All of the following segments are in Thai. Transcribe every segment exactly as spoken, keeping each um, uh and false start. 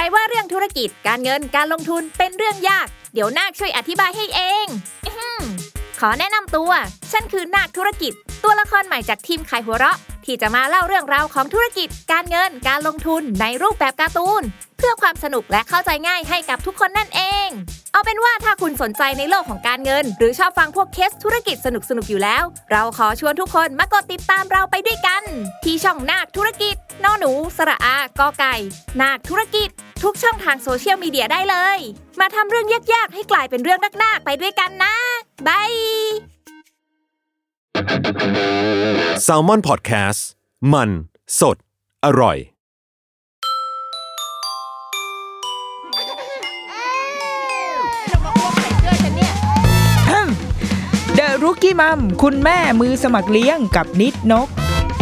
ว่าเรื่องธุรกิจการเงินการลงทุนเป็นเรื่องยากเดี๋ยวนาคช่วยอธิบายให้เองขอแนะนำตัวฉันคือนาคธุรกิจตัวละครใหม่จากทีมขายหัวเราะที่จะมาเล่าเรื่องราวของธุรกิจการเงินการลงทุนในรูปแบบการ์ตูนเพื่อความสนุกและเข้าใจง่ายให้กับทุกคนนั่นเองเอาเป็นว่าถ้าคุณสนใจในโลกของการเงินหรือชอบฟังพวกเคสธุรกิจสนุกๆอยู่แล้วเราขอชวนทุกคนมากดติดตามเราไปด้วยกันที่ช่องนาคธุรกิจนอหนูสระอากอไก่นาคธุรกิจทุกช่องทางโซเชียลมีเดียได้เลยมาทำเรื่องยากๆให้กลายเป็นเรื่องน่าๆไปด้วยกันนะบาย Salmon Podcast มันสดอร่อย The Rookie Mom คุณแม่มือสมัครเลี้ยงกับนิดนก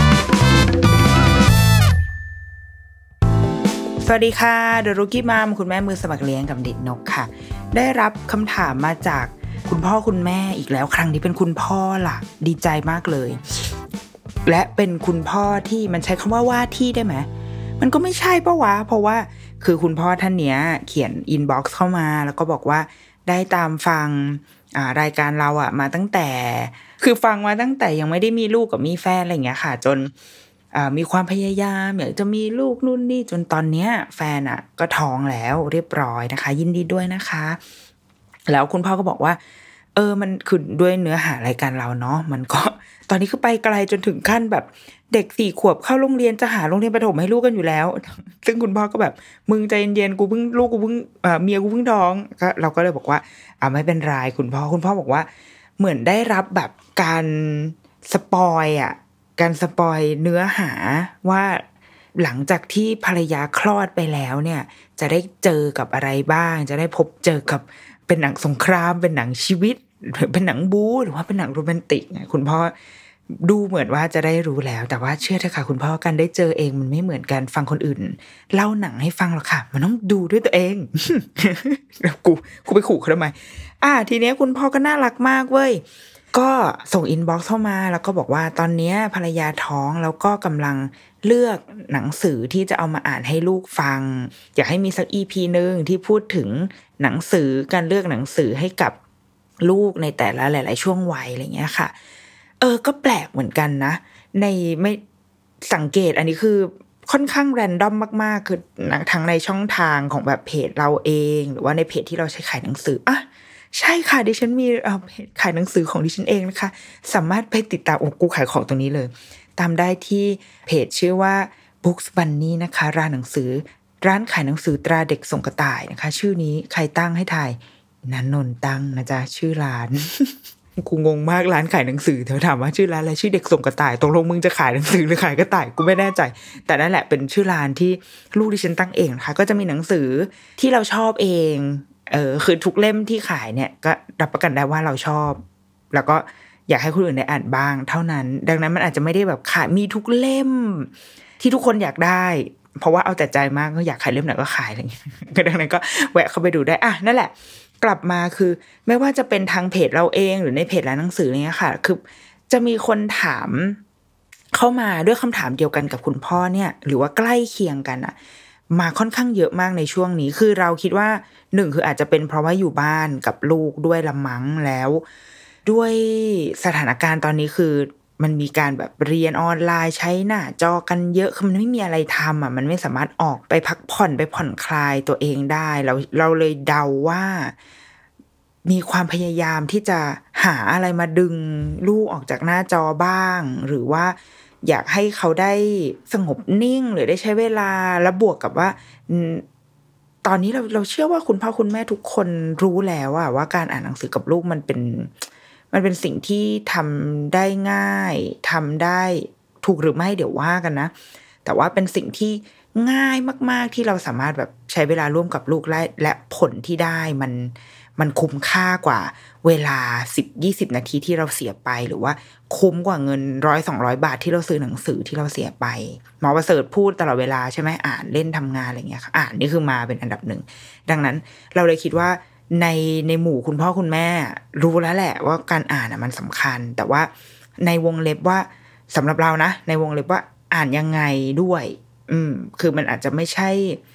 สวัสดีค่ะ The Rookie Mom คุณแม่มือสมัครเลี้ยงกับนิดนกค่ะได้รับคำถามมาจากคุณพ่อคุณแม่อีกแล้วครั้งนี้เป็นคุณพ่อล่ะดีใจมากเลยและเป็นคุณพ่อที่มันใช้คำว่าว่าที่ได้ไหมมันก็ไม่ใช่ปะวะเพราะว่าคือคุณพ่อท่านเนี้ยเขียนอินบ็อกซ์เข้ามาแล้วก็บอกว่าได้ตามฟังอ่ารายการเราอ่ะมาตั้งแต่คือฟังมาตั้งแต่ยังไม่ได้มีลูกกับมีแฟนอะไรอย่างเงี้ยค่ะจนอ่ามีความพยายามอยากจะมีลูกนู่นนี่จนตอนเนี้ยแฟนอ่ะก็ท้องแล้วเรียบร้อยนะคะยินดีด้วยนะคะแล้วคุณพ่อก็บอกว่าเออมันคือด้วยเนื้อหารายการเราเนาะมันก็ตอนนี้คือไปไกลจนถึงขั้นแบบเด็กสี่ขวบเข้าโรงเรียนจะหาโรงเรียนประถมให้ลูกกันอยู่แล้วซึ่งคุณพ่อก็แบบมึงใจเย็นๆกูเพิ่งลูกกูเพิ่งเอ่อเมียกูเพิ่งท้องก็เราก็เลยบอกว่าอ่าไม่เป็นไรคุณพ่อคุณพ่อบอกว่าเหมือนได้รับแบบการสปอยอ่ะการสปอยเนื้อหาว่าหลังจากที่ภรรยาคลอดไปแล้วเนี่ยจะได้เจอกับอะไรบ้างจะได้พบเจอกับเป็นหนังสงครามเป็นหนังชีวิตหรือเป็นหนังบู๊หรือว่าเป็นหนังโรแมนติกคุณพ่อดูเหมือนว่าจะได้รู้แล้วแต่ว่าเชื่อเถอะค่ะคุณพ่อกันได้เจอเองมันไม่เหมือนกันฟังคนอื่นเล่าหนังให้ฟังหรอกค่ะมันต้องดูด้วยตัวเอง กูกูไปขู่เขาทำไมอ่ะทีเนี้ยคุณพ่อก็น่ารักมากเว้ยก็ส่งอินบ็อกซ์เข้ามาแล้วก็บอกว่าตอนนี้ภรรยาท้องแล้วก็กำลังเลือกหนังสือที่จะเอามาอ่านให้ลูกฟังอยากให้มีสัก อี พี นึงที่พูดถึงหนังสือการเลือกหนังสือให้กับลูกในแต่ละหลายๆช่วงวัยอะไรเงี้ยค่ะเออก็แปลกเหมือนกันนะในไม่สังเกตอันนี้คือค่อนข้างแรนดอมมากๆคือทั้งในช่องทางของแบบเพจเราเองหรือว่าในเพจที่เราใช้ขายหนังสืออ่ะใช่ค่ะดิฉันมีเอ่อเพจขายหนังสือของดิฉันเองนะคะสามารถไปติดตามโอ้กูขายของตรงนี้เลยตามได้ที่เพจชื่อว่า Books Bunny นะคะร้านหนังสือร้านขายหนังสือตราเด็กส่งกระต่ายนะคะชื่อนี้ใครตั้งให้ทายนันนนตั้งนะจ๊ะชื่อร้าน กูงงมากร้านขายหนังสือเธอถามว่าชื่อร้านอะไรชื่อเด็กส่งกระต่ายตกลงมึงจะขายหนังสือหรือขายกระต่ายกูไม่แน่ใจแต่นั่นแหละเป็นชื่อร้านที่ลูกดิฉันตั้งเองนะคะก็จะมีหนังสือที่เราชอบเองเออคือทุกเล่มที่ขายเนี่ยก็รับประกันได้ว่าเราชอบแล้วก็อยากให้คนอื่นได้อ่านบ้างเท่านั้นดังนั้นมันอาจจะไม่ได้แบบขายมีทุกเล่มที่ทุกคนอยากได้เพราะว่าเอาแต่ใจมากก็อยากขายเล่มไหนก็ขายอะไรอย่างเงี้ยก็ดังนั้นก็แวะเข้าไปดูได้อ่ะนั่นแหละกลับมาคือไม่ว่าจะเป็นทางเพจเราเองหรือในเพจร้านหนังสือเนี้ยค่ะคือจะมีคนถามเข้ามาด้วยคำถามเดียวกันกับคุณพ่อเนี่ยหรือว่าใกล้เคียงกันอะมาค่อนข้างเยอะมากในช่วงนี้คือเราคิดว่าหนึ่งคืออาจจะเป็นเพราะว่าอยู่บ้านกับลูกด้วยละมั้งแล้วด้วยสถานการณ์ตอนนี้คือมันมีการแบบเรียนออนไลน์ใช้หน้าจอกันเยอะคือมันไม่มีอะไรทำอ่ะมันไม่สามารถออกไปพักผ่อนไปผ่อนคลายตัวเองได้เราเราเลยเดาว่ามีความพยายามที่จะหาอะไรมาดึงลูกออกจากหน้าจอบ้างหรือว่าอยากให้เขาได้สงบนิ่งหรือได้ใช้เวลาแล้วบวกกับว่าตอนนี้เราเราเชื่อว่าคุณพ่อคุณแม่ทุกคนรู้แล้วอะว่าการอ่านหนังสือกับลูกมันเป็นมันเป็นสิ่งที่ทำได้ง่ายทำได้ถูกหรือไม่เดี๋ยวว่ากันนะแต่ว่าเป็นสิ่งที่ง่ายมากๆที่เราสามารถแบบใช้เวลาร่วมกับลูกและและผลที่ได้มันมันคุ้มค่ากว่าเวลา สิบถึงยี่สิบ นาทีที่เราเสียไปหรือว่าคุ้มกว่าเงินหนึ่งร้อย สองร้อยบาทที่เราซื้อหนังสือที่เราเสียไปหมอประเสริฐพูดตลอดเวลาใช่ไหมอ่านเล่นทำงานอะไรเงี้ยค่ะอ่านนี่คือมาเป็นอันดับหนึ่งดังนั้นเราเลยคิดว่าในในหมู่คุณพ่อคุณแม่รู้แล้วแหละว่าการอ่านอ่ะมันสำคัญแต่ว่าในวงเล็บว่าสำหรับเรานะในวงเล็บว่าอ่านยังไงด้วยอืมคือมันอาจจะไม่ใช่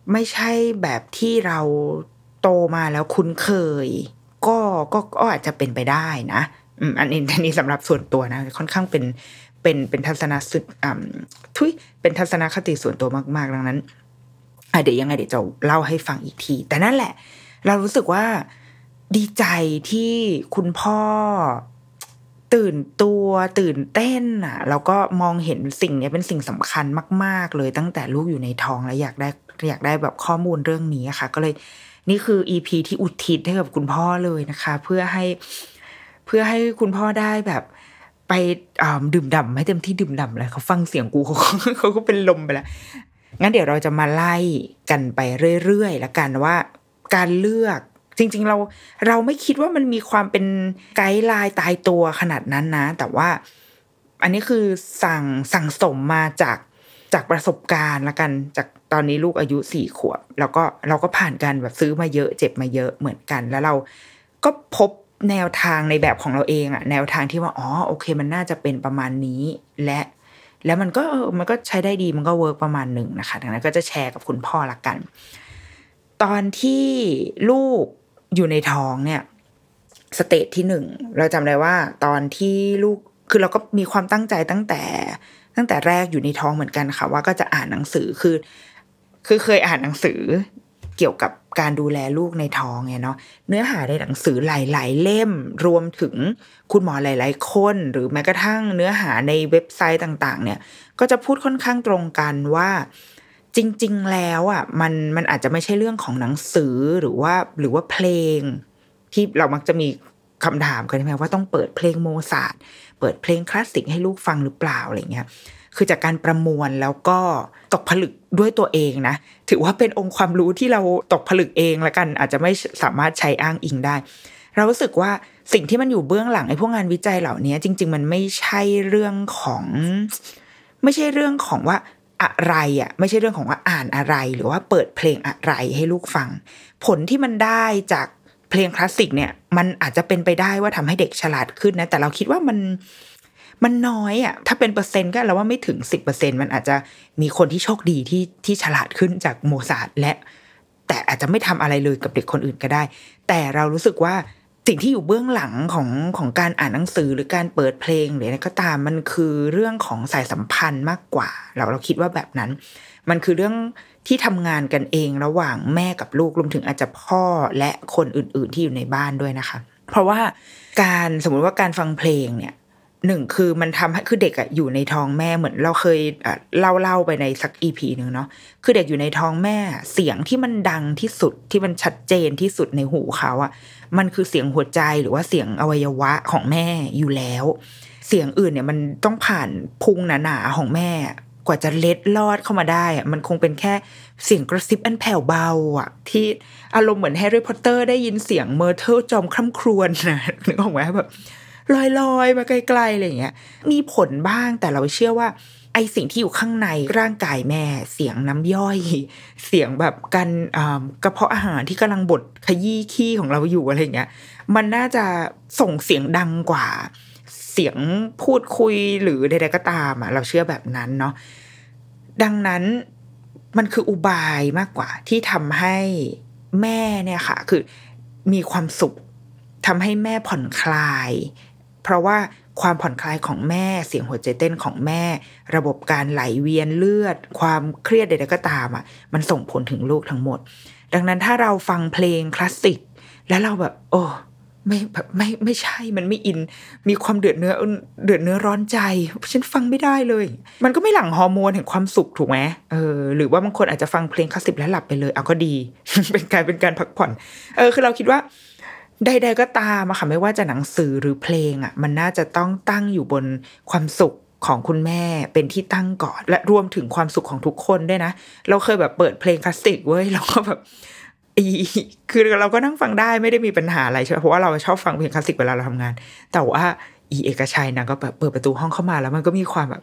ไม่ใช่แบบที่เราโตมาแล้วคุ้นเคยก็ก็ก็อาจจะเป็นไปได้นะอืมอันนี้อันนี้สำหรับส่วนตัวนะค่อนข้างเป็นเป็นเป็นทัศนคติอ่าทุยเป็นทัศนคติส่วนตัวมากๆดังนั้นอ่ะเดี๋ยวยังไงเดี๋ยวจะเล่าให้ฟังอีกทีแต่นั่นแหละเรารู้สึกว่าดีใจที่คุณพ่อตื่นตัวตื่นเต้นอ่ะแล้วก็มองเห็นสิ่งนี้เป็นสิ่งสำคัญมากๆเลยตั้งแต่ลูกอยู่ในท้องแล้วอยากได้อยากได้แบบข้อมูลเรื่องนี้ค่ะก็เลยนี่คือ อี พี ที่อุทิศให้กับคุณพ่อเลยนะคะเพื่อให้เพื่อให้คุณพ่อได้แบบไปดื่มด่ำให้เต็มที่ดื่มด่ำเลยเขาฟังเสียงกูเขาเขาก็เป็นลมไปแล้วงั้นเดี๋ยวเราจะมาไล่กันไปเรื่อยๆแล้วกันว่าการเลือกจริงๆเราเราไม่คิดว่ามันมีความเป็นไกด์ไลน์ตายตัวขนาดนั้นนะแต่ว่าอันนี้คือสั่งสั่งสมมาจากจากประสบการณ์ละกันจากตอนนี้ลูกอายุสี่ขวบแล้วก็เราก็ผ่านกันแบบซื้อมาเยอะเจ็บมาเยอะเหมือนกันแล้วเราก็พบแนวทางในแบบของเราเองอะแนวทางที่ว่าอ๋อโอเคมันน่าจะเป็นประมาณนี้และแล้วมันก็มันก็ใช้ได้ดีมันก็เวิร์กประมาณหนึ่งนะคะดังนั้นก็จะแชร์กับคุณพ่อละกันตอนที่ลูกอยู่ในท้องเนี่ยสเตจที่หนึ่งเราจำได้ว่าตอนที่ลูกคือเราก็มีความตั้งใจตั้งแต่ตั้งแต่แรกอยู่ในท้องเหมือนกันค่ะว่าก็จะอ่านหนังสือคือคือเคยอ่านหนังสือเกี่ยวกับการดูแลลูกในท้องเนี่ยเนาะเนื้อหาในหนังสือหลายๆเล่มรวมถึงคุณหมอหลายๆคนหรือแม้กระทั่งเนื้อหาในเว็บไซต์ต่างๆเนี่ยก็จะพูดค่อนข้างตรงกันว่าจริงๆแล้วอ่ะมันมันอาจจะไม่ใช่เรื่องของหนังสือหรือว่าหรือว่าเพลงที่เรามักจะมีคำถามกันใช่ไหมว่าต้องเปิดเพลงโมซาร์ทเปิดเพลงคลาสสิกให้ลูกฟังหรือเปล่าอะไรเงี้ยคือจากการประมวลแล้วก็ตกผลึกด้วยตัวเองนะถือว่าเป็นองค์ความรู้ที่เราตกผลึกเองละกันอาจจะไม่สามารถใช้อ้างอิงได้เรารู้สึกว่าสิ่งที่มันอยู่เบื้องหลังไอ้พวกงานวิจัยเหล่านี้จริงๆมันไม่ใช่เรื่องของไม่ใช่เรื่องของว่าอะไรอ่ะไม่ใช่เรื่องของว่าอ่านอะไรหรือว่าเปิดเพลงอะไรให้ลูกฟังผลที่มันได้จากเพลงคลาสสิกเนี่ยมันอาจจะเป็นไปได้ว่าทำให้เด็กฉลาดขึ้นนะแต่เราคิดว่ามันมันน้อยอ่ะถ้าเป็นเปอร์เซ็นต์ก็เราว่าไม่ถึง สิบเปอร์เซ็นต์ มันอาจจะมีคนที่โชคดีที่ที่ฉลาดขึ้นจากโมซาร์ทและแต่อาจจะไม่ทำอะไรเลยกับเด็กคนอื่นก็ได้แต่เรารู้สึกว่าสิ่งที่อยู่เบื้องหลังของของการอ่านหนังสือหรือการเปิดเพลงหรืออะไรก็ตามมันคือเรื่องของสายสัมพันธ์มากกว่าเราเราคิดว่าแบบนั้นมันคือเรื่องที่ทำงานกันเองระหว่างแม่กับลูกรวมถึงอาจจะพ่อและคนอื่นๆที่อยู่ในบ้านด้วยนะคะเพราะว่าการสมมติว่าการฟังเพลงเนี่ยหนึ่งคือมันทำให้คือเด็กอะอยู่ในท้องแม่เหมือนเราเคยเล่าเล่าไปในสัก อี พี นึงเนาะคือเด็กอยู่ในท้องแม่เสียงที่มันดังที่สุดที่มันชัดเจนที่สุดในหูเขาอะมันคือเสียงหัวใจหรือว่าเสียงอวัยวะของแม่อยู่แล้วเสียงอื่นเนี่ยมันต้องผ่านพุงหนาๆของแม่กว่าจะเล็ดลอดเข้ามาได้อะมันคงเป็นแค่เสียงกระซิบอันแผ่วเบาอะที่อารมณ์เหมือนแฮร์รี่พอตเตอร์ได้ยินเสียงเมอร์เทิลจอมคร่ำครวญนะนึกออกไหมแบบลอยๆมาไกลๆอะไรอย่างเงี้ยมีผลบ้างแต่เราเชื่อว่าไอสิ่งที่อยู่ข้างในร่างกายแม่เสียงน้ำย่อยเสียงแบบการกระเพาะอาหารที่กำลังบดขยี้ขี้ของเราอยู่อะไรอย่างเงี้ยมันน่าจะส่งเสียงดังกว่าเสียงพูดคุยหรือใดๆก็ตามอ่ะเราเชื่อแบบนั้นเนาะดังนั้นมันคืออุบายมากกว่าที่ทำให้แม่เนี่ยค่ะคือมีความสุขทำให้แม่ผ่อนคลายเพราะว่าความผ่อนคลายของแม่เสียงหัวใจเต้นของแม่ระบบการไหลเวียนเลือดความเครียดใดๆก็ตามอ่ะมันส่งผลถึงลูกทั้งหมดดังนั้นถ้าเราฟังเพลงคลาสสิกแล้วเราแบบโอ้ไม่แบบไม่ไม่ใช่มันไม่อินมีความเดือดเนื้อเดือดเนื้อร้อนใจฉันฟังไม่ได้เลยมันก็ไม่หลั่งฮอร์โมนแห่งความสุขถูกไหมเออหรือว่าบางคนอาจจะฟังเพลงคลาสสิกแล้วหลับไปเลยเอาก็ดี เป็นการเป็นการพักผ่อนเออคือเราคิดว่าใดๆก็ตามอะค่ะไม่ว่าจะหนังสือหรือเพลงอะมันน่าจะต้องตั้งอยู่บนความสุขของคุณแม่เป็นที่ตั้งก่อนและรวมถึงความสุขของทุกคนด้วยนะเราเคยแบบเปิดเพลงคลาสสิกเว้ยเราก็แบบอีคือเราก็นั่งฟังได้ไม่ได้มีปัญหาอะไรใช่ไหมเพราะว่าเราชอบฟังเพลงคลาสสิกเวลาเราทำงานแต่ว่าอีเอกชัยนะก็แบบเปิดประตูห้องเข้ามาแล้วมันก็มีความแบบ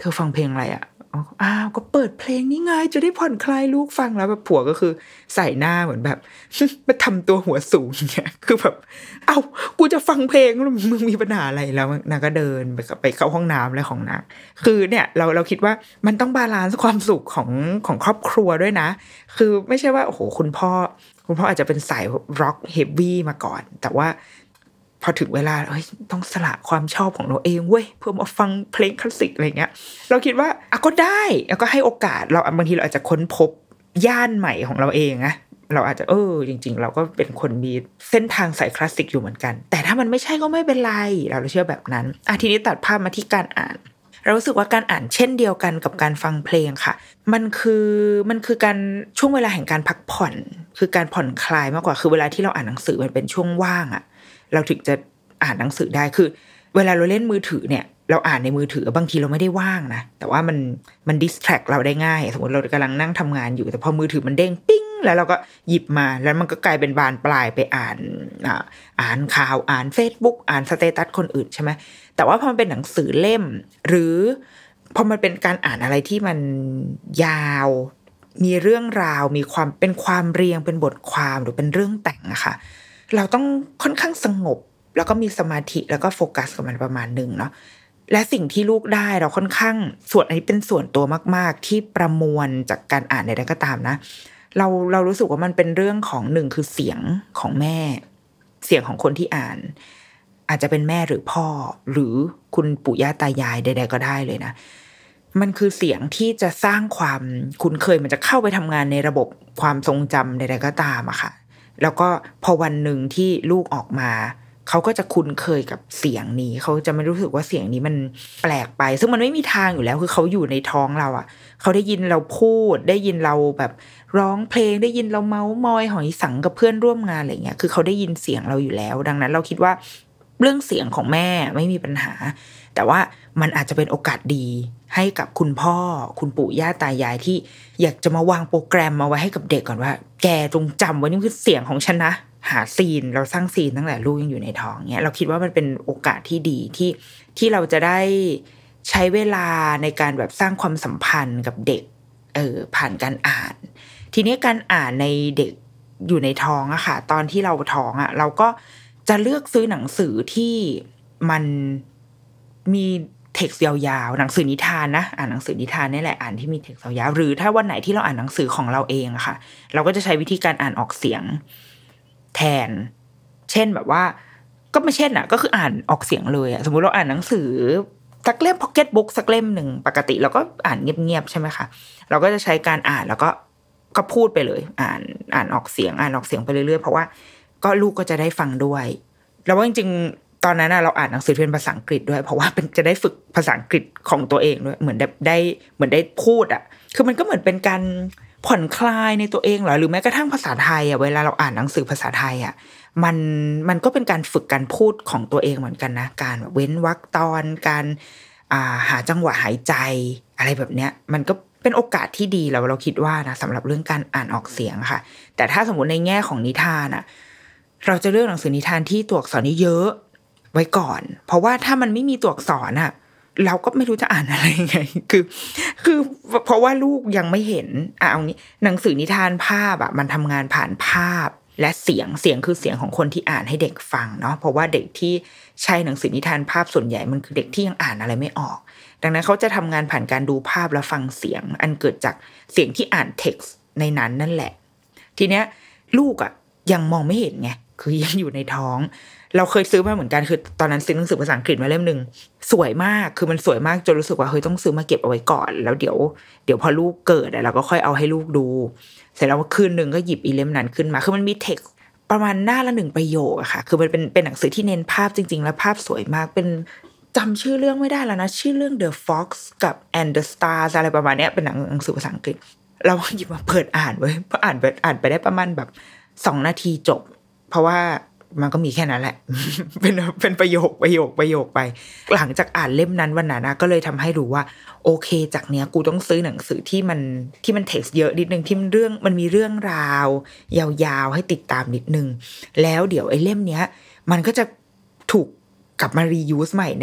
ธอฟังเพลงอะไรอ่ะอ้าวก็เปิดเพลงนี่ไงจะได้ผ่อนคลายลูกฟังแล้วแบบผัวก็คือใส่หน้าเหมือนแบบมาทำตัวหัวสูงอย่างเงี้ยคือแบบเอ้ากูจะฟังเพลงแล้วมึงมีปัญหาอะไรแล้วนางก็เดินไปไปเข้าห้องน้ำอะไรของนางคือเนี่ยเราเราคิดว่ามันต้องบาลานซ์ความสุขของของครอบครัวด้วยนะคือไม่ใช่ว่าโอ้โหคุณพ่อคุณพ่ออาจจะเป็นสายร็อกเฮฟวี่มาก่อนแต่ว่าพอถึงเวลาเอ้ยต้องสละความชอบของเราเองเว้ยเพื่อมาฟังเพลงคลาสสิกอะไรเงี้ยเราคิดว่าอ่ะก็ได้แล้วก็ให้โอกาสเราบางทีเราอาจจะค้นพบย่านใหม่ของเราเองนะเราอาจจะเออจริงๆเราก็เป็นคนมีเส้นทางสายคลาสสิกอยู่เหมือนกันแต่ถ้ามันไม่ใช่ก็ไม่เป็นไรเราเชื่อแบบนั้นอ่ะทีนี้ตัดภาพมาที่การอ่านเรารู้สึกว่าการอ่านเช่นเดียวกันกับการฟังเพลงค่ะมันคือมันคือการช่วงเวลาแห่งการพักผ่อนคือการผ่อนคลายมากกว่าคือเวลาที่เราอ่านหนังสือมันเป็นช่วงว่างอะเราถึงจะอ่านหนังสือได้คือเวลาเราเล่นมือถือเนี่ยเราอ่านในมือถือบางทีเราไม่ได้ว่างนะแต่ว่ามันมันดิสแทรกเราได้ง่ายสมมติเรากำลังนั่งทำงานอยู่แต่พอมือถือมันเด้งปิ้งแล้วเราก็หยิบมาแล้วมันก็กลายเป็นบานปลายไปอ่านอ่าอ่านข่าวอ่าน Facebook อ่านสเตตัสคนอื่นใช่ไหมแต่ว่าพอมันเป็นหนังสือเล่มหรือพอมันเป็นการอ่านอะไรที่มันยาวมีเรื่องราวมีความเป็นความเรียงเป็นบทความหรือเป็นเรื่องแต่งอะค่ะเราต้องค่อนข้างสงบแล้วก็มีสมาธิแล้วก็โฟกัสกับมันประมาณนึงเนาะและสิ่งที่ลูกได้เราค่อนข้างส่วนอันนี้เป็นส่วนตัวมากๆที่ประมวลจากการอ่านใดๆก็ตามนะเราเรารู้สึกว่ามันเป็นเรื่องของหนึ่งคือเสียงของแม่เสียงของคนที่อ่านอาจจะเป็นแม่หรือพ่อหรือคุณปู่ย่าตายายใดๆก็ได้เลยนะมันคือเสียงที่จะสร้างความคุ้นเคยมันจะเข้าไปทำงานในระบบความทรงจำใดๆก็ตามอะค่ะแล้วก็พอวันหนึ่งที่ลูกออกมาเขาก็จะคุ้นเคยกับเสียงนี้เขาจะไม่รู้สึกว่าเสียงนี้มันแปลกไปซึ่งมันไม่มีทางอยู่แล้วคือเขาอยู่ในท้องเราอ่ะเขาได้ยินเราพูดได้ยินเราแบบร้องเพลงได้ยินเราเม้ามอยหอยสังกับเพื่อนร่วมงานอะไรเงี้ยคือเขาได้ยินเสียงเราอยู่แล้วดังนั้นเราคิดว่าเรื่องเสียงของแม่ไม่มีปัญหาแต่ว่ามันอาจจะเป็นโอกาสดีให้กับคุณพ่อคุณปู่ย่าตายายที่อยากจะมาวางโปรแกรมมาไว้ให้กับเด็กก่อนว่าแกจงจำไว้นี่คือเสียงของฉันนะหาซีนเราสร้างซีนตั้งแต่ลูกยังอยู่ในท้องเนี่ยเราคิดว่ามันเป็นโอกาสที่ดีที่ที่เราจะได้ใช้เวลาในการแบบสร้างความสัมพันธ์กับเด็กเออผ่านการอ่านทีนี้การอ่านในเด็กอยู่ในท้องอะค่ะตอนที่เราท้องอะเราก็จะเลือกซื้อหนังสือที่มันมีเท็กซ์ยาวๆหนังสือนิทานนะอ่านหนังสือนิทานนี่แหละอ่านที่มีเท็กซ์ยาวๆหรือถ้าวันไหนที่เราอ่านหนังสือของเราเองอะค่ะเราก็จะใช้วิธีการอ่านออกเสียงแทนเช่นแบบว่าก็ไม่เช่นอ่ะก็คืออ่านออกเสียงเลยอ่ะสมมุติเราอ่านหนังสือสักเล่มพ็อกเก็ตบุ๊กสักเล่มหนึ่งปกติเราก็อ่านเงียบๆใช่ไหมคะเราก็จะใช้การอ่านแล้วก็ก็พูดไปเลยอ่านอ่านออกเสียงอ่านออกเสียงไปเรื่อยๆเพราะว่าก็ลูกก็จะได้ฟังด้วยแล้วว่าจริงๆตอนนั้นน่ะเราอ่านหนังสือเป็นภาษาอังกฤษด้วยเพราะว่าเป็นจะได้ฝึกภาษาอังกฤษของตัวเองด้วยเหมือนได้ได้เหมือนได้พูดอ่ะคือมันก็เหมือนเป็นการผ่อนคลายในตัวเองเหรอหรือแม้กระทั่งภาษาไทยอ่ะเวลาเราอ่านหนังสือภาษาไทยอ่ะมันมันก็เป็นการฝึกการพูดของตัวเองเหมือนกันนะการเว้นวรรคตอนการอ่าหาจังหวะหายใจอะไรแบบเนี้ยมันก็เป็นโอกาสที่ดีเราเราคิดว่านะสำหรับเรื่องการอ่านออกเสียงค่ะแต่ถ้าสมมติในแง่ของนิทานอ่ะเราจะเลือกหนังสือนิทานที่ตัวอักษรเยอะไว้ก่อนเพราะว่าถ้ามันไม่มีตัวอักษรอ่ะเราก็ไม่รู้จะอ่านอะไรไงคือคือเพราะว่าลูกยังไม่เห็นอ่ะเอางี้หนังสือนิทานภาพอ่ะมันทำงานผ่านภาพและเสียงเสียงคือเสียงของคนที่อ่านให้เด็กฟังเนาะเพราะว่าเด็กที่ใช้หนังสือนิทานภาพส่วนใหญ่มันคือเด็กที่ยังอ่านอะไรไม่ออกดังนั้นเขาจะทำงานผ่านการดูภาพและฟังเสียงอันเกิดจากเสียงที่อ่านเท็กซ์ในนั้นนั่นแหละทีเนี้ยลูกอ่ะยังมองไม่เห็นไงคือยังอยู่ในท้องเราเคยซื้อมาเหมือนกันคือตอนนั้นซื้อหนังสือภาษาอังกฤษมาเล่มนึงสวยมากคือมันสวยมากจนรู้สึกว่าเฮ้ยต้องซื้อมาเก็บเอาไว้ก่อนแล้วเดี๋ยวเดี๋ยวพอลูกเกิดอ่ะเราก็ค่อยเอาให้ลูกดูเสร็จแล้วคืนนึงก็หยิบอีเล่มนั้นขึ้นมาคือมันมีเท็กซ์ประมาณหน้าละหนึ่งประโยคอะค่ะคือมันเป็นเป็นหนังสือที่เน้นภาพจริงๆแล้วภาพสวยมากเป็นจำชื่อเรื่องไม่ได้แล้วนะชื่อเรื่อง The Fox กับ and the Stars อะไรประมาณเนี้ยเป็นหนังหนังสือภาษาอังกฤษเราหยิบมาเปิดอ่านไว้พออ่านไปอ่านไปได้ประมาณแบบสองนาทีจบเพราะว่ามันก็มีแค่นั้นแหละเป็นเป็นประโยคประโยคประโยคไปหลังจากอ่านเล่มนั้นวันนั้นนะก็เลยทำให้รู้ว่าโอเคจากเนี้ยกูต้องซื้อหนังสือที่มันที่มันเท็กซ์เยอะนิดนึงที่มันเรื่องมันมีเรื่องราวยาวๆให้ติดตามนิดนึงแล้วเดี๋ยวไอ้เล่มเนี้ยมันก็จะถูกกลับมารียูสใหม่ใน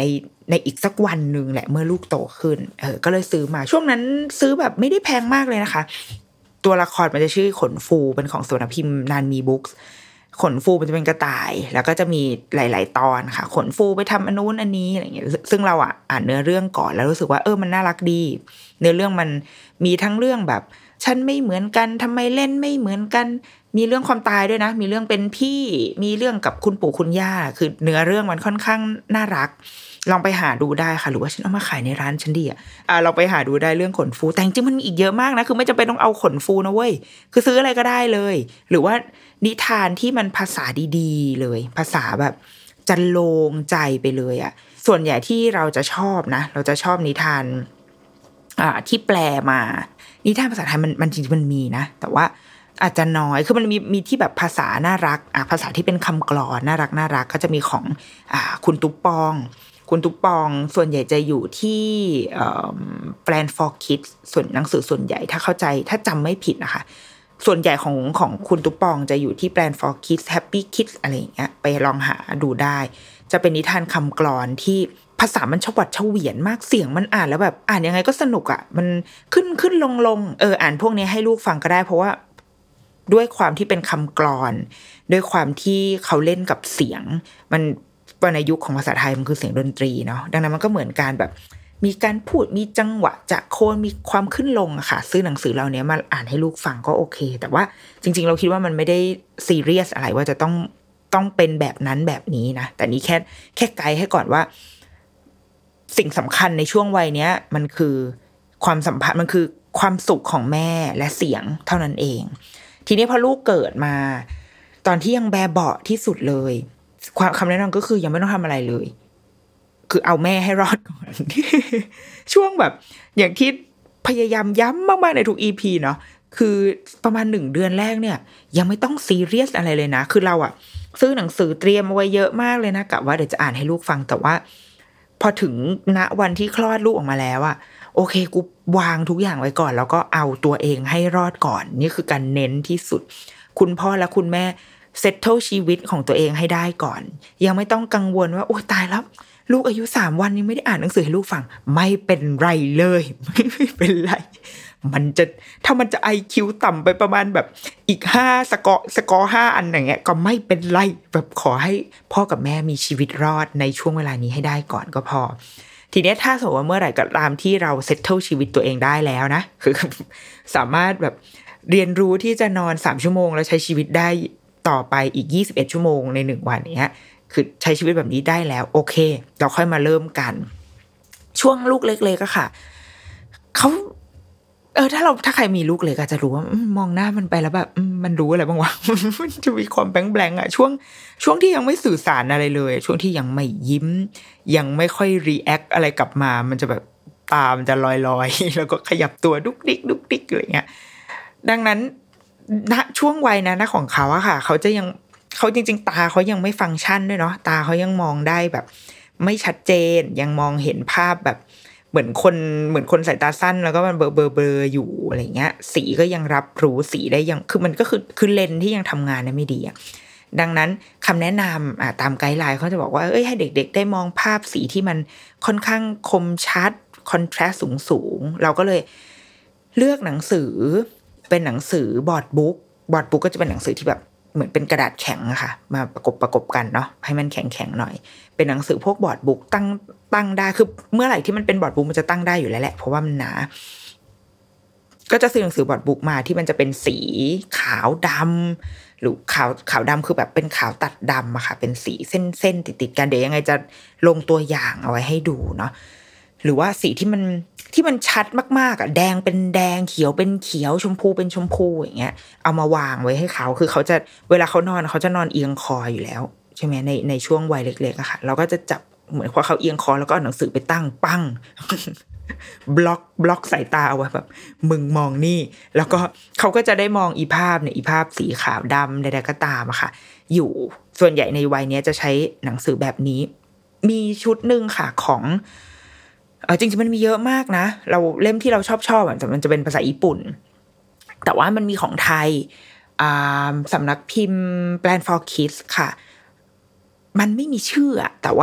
ในอีกสักวันนึงแหละเมื่อลูกโตขึ้นเออก็เลยซื้อมาช่วงนั้นซื้อแบบไม่ได้แพงมากเลยนะคะตัวละครมันจะชื่อขนฟูเป็นของสำนักพิมพ์นานมีบุ๊กส์ขนฟูมันจะเป็นกระต่ายแล้วก็จะมีหลายๆตอนค่ะขนฟูไปทำอันนู้นอันนี้อะไรอย่างเงี้ยซึ่งเราอ่ะอ่านเนื้อเรื่องก่อนแล้วรู้สึกว่าเออมันน่ารักดีเนื้อเรื่องมันมีทั้งเรื่องแบบฉันไม่เหมือนกันทำไมเล่นไม่เหมือนกันมีเรื่องความตายด้วยนะมีเรื่องเป็นพี่มีเรื่องกับคุณปู่คุณย่าคือเนื้อเรื่องมันค่อนข้างน่ารักลองไปหาดูได้ค่ะหรือว่าฉันเอามาขายในร้านฉันดีอ่ะอ่าลองไปหาดูได้เรื่องขนฟูแต่จริงๆมันมีอีกเยอะมากนะคือไม่จำเป็นต้องเอาขนฟูนะเว้ยคือซื้ออะไรก็ได้เลยหรือว่านิทานที่มันภาษาดีๆเลยภาษาแบบจะโลงใจไปเลยอ่ะส่วนใหญ่ที่เราจะชอบนะเราจะชอบนิทานอ่าที่แปลมานิทานภาษาไทยมันมันจริงๆมันมีนะแต่ว่าอาจจะน้อยคือมันมีมีที่แบบภาษาน่ารักอ่ะภาษาที่เป็นคำกลอนน่ารักน่ารักก็จะมีของอ่าคุณตุ๊ปปองคุณตุ๊ปปองส่วนใหญ่จะอยู่ที่เอ่อ Plan for Kids ส่วนหนังสือส่วนใหญ่ถ้าเข้าใจถ้าจำไม่ผิดนะคะส่วนใหญ่ของของคุณตุ๊ปปองจะอยู่ที่ Plan for Kids Happy Kids อะไรอย่างเงี้ยไปลองหาดูได้จะเป็นนิทานคำกลอนที่ภาษามันฉวัดเฉวียนมากเสียงมันอ่านแล้วแบบอ่านยังไงก็สนุกอ่ะมันขึ้นขึ้นลงลงเอออ่านพวกนี้ให้ลูกฟังก็ได้เพราะว่าด้วยความที่เป็นคำกลอนด้วยความที่เขาเล่นกับเสียงมันในยุคของภาษาไทยมันคือเสียงดนตรีเนาะดังนั้นมันก็เหมือนการแบบมีการพูดมีจังหวะจะโคนมีความขึ้นลงอะค่ะซื้อหนังสือเหล่านี้มาอ่านให้ลูกฟังก็โอเคแต่ว่าจริงๆเราคิดว่ามันไม่ได้ซีเรียสอะไรว่าจะต้องต้องเป็นแบบนั้นแบบนี้นะแต่นี้แค่แค่ไกด์ให้ก่อนว่าสิ่งสำคัญในช่วงวัยเนี้ยมันคือความสัมพันธ์มันคือความสุขของแม่และเสียงเท่านั้นเองทีนี้พอลูกเกิดมาตอนที่ยังแบเบาะที่สุดเลยความคำแนะนำก็คือยังไม่ต้องทำอะไรเลยคือเอาแม่ให้รอดก่อน ช่วงแบบอย่างที่พยายามย้ำมากๆในทุก อี พี เนาะคือประมาณหนึ่งเดือนแรกเนี่ยยังไม่ต้องซีเรียสอะไรเลยนะคือเราอะซื้อหนังสือเตรียมเอาไว้เยอะมากเลยนะกะว่าเดี๋ยวจะอ่านให้ลูกฟังแต่ว่าพอถึงณวันที่คลอดลูกออกมาแล้วอะโอเคกูวางทุกอย่างไว้ก่อนแล้วก็เอาตัวเองให้รอดก่อนนี่คือการเน้นที่สุดคุณพ่อและคุณแม่เซตเทิลชีวิตของตัวเองให้ได้ก่อนยังไม่ต้องกังวลว่าโอ๊ยตายแล้วลูกอายุสามวันยังไม่ได้อ่านหนังสือให้ลูกฟังไม่เป็นไรเลยไม่เป็นไรมันจะถ้ามันจะ ไอ คิว ต่ำไปประมาณแบบอีกห้าสกอร์สกอร์ห้าอันอย่างเงี้ยก็ไม่เป็นไรแบบขอให้พ่อกับแม่มีชีวิตรอดในช่วงเวลานี้ให้ได้ก่อนก็พอทีนี้ถ้าสมมติว่าเมื่อไหร่ก็ตามที่เราเซตเทิลชีวิตตัวเองได้แล้วนะคือสามารถแบบเรียนรู้ที่จะนอนสามชั่วโมงแล้วใช้ชีวิตได้ต่อไปอีกยี่สิบเอ็ดชั่วโมงในหนึ่งวันเนี้ยคือใช้ชีวิตแบบนี้ได้แล้วโอเคเราค่อยมาเริ่มกันช่วงลูกเล็กๆก็ค่ะเขาเออถ้าเราถ้าใครมีลูกเล็กอาจจะรู้ว่ามองหน้ามันไปแล้วแบบมันรู้อะไรบ้างวะ มันจะมีความแบงๆอ่ะช่วงช่วงที่ยังไม่สื่อสารอะไรเลยช่วงที่ยังไม่ยิ้มยังไม่ค่อยรีแอคอะไรกลับมามันจะแบบตามจะลอยๆแล้วก็ขยับตัวดุกดิกดุกดิกอะไรเงี้ยดังนั้นณช่วงวัยนั้นนะของเขาอะค่ะเขาจะยังเขาจริงๆตาเขายังไม่ฟังก์ชันด้วยเนาะตาเขายังมองได้แบบไม่ชัดเจนยังมองเห็นภาพแบบเหมือนคนเหมือนคนสายตาสั้นแล้วก็มันเบลอเบลอเบลออยู่อะไรเงี้ยสีก็ยังรับรู้สีได้ยังคือมันก็คือคือเลนที่ยังทำงานได้ไม่ดีอะดังนั้นคำแนะนำอ่ะตามไกด์ไลน์เขาจะบอกว่าเอ้ยให้เด็กๆได้มองภาพสีที่มันค่อนข้างคมชัดคอนทราสต์สูงๆเราก็เลยเลือกหนังสือเป็นหนังสือบอร์ดบุ๊กบอร์ดบุ๊กก็จะเป็นหนังสือที่แบบเหมือนเป็นกระดาษแข็งอะค่ะมาประกบประกบกันเนาะให้มันแข็งๆหน่อยเป็นหนังสือพวกบอร์ดบุ๊กตั้งตั้งได้คือเมื่อไหร่ที่มันเป็นบอร์ดบุ๊กมันจะตั้งได้อยู่แล้วแหละเพราะว่ามันหนาก็จะซื้อหนังสือบอร์ดบุ๊กมาที่มันจะเป็นสีขาวดำหรือขาวขาวดำคือแบบเป็นขาวตัดดำอะค่ะเป็นสีเส้นๆติดๆกันเดี๋ยวยังไงจะลงตัวอย่างเอาไว้ให้ดูเนาะหรือว่าสีที่มันที่มันชัดมากๆอ่ะแดงเป็นแดงเขียวเป็นเขียวชมพูเป็นชมพูอย่างเงี้ยเอามาวางไว้ให้เขาคือเขาจะเวลาเขานอนเขาจะนอนเอียงคออยู่แล้วใช่ไหมในในช่วงวัยเล็กๆอะค่ะเราก็จะจับเหมือนพอเขาเอียงคอแล้วก็เอาหนังสือไปตั้งปั้ง บล็อกบล็อกสายตาเอาไว้แบบมึงมองนี่แล้วก็เขาก็จะได้มองอีภาพเนี่ยอีภาพสีขาวดำใดๆก็ตามอะค่ะอยู่ส่วนใหญ่ในวัยนี้จะใช้หนังสือแบบนี้มีชุดนึงค่ะของเออจริงๆมันมีเยอะมากนะเราเล่มที่เราชอบชอบอ่ะแต่มันจะเป็นภาษาญี่ปุ่นแต่ว่ามันมีของไทยอ่าสำนักพิมพ์ Plan for Kids ค่ะมันไม่มีชื่ออะแต่ว่า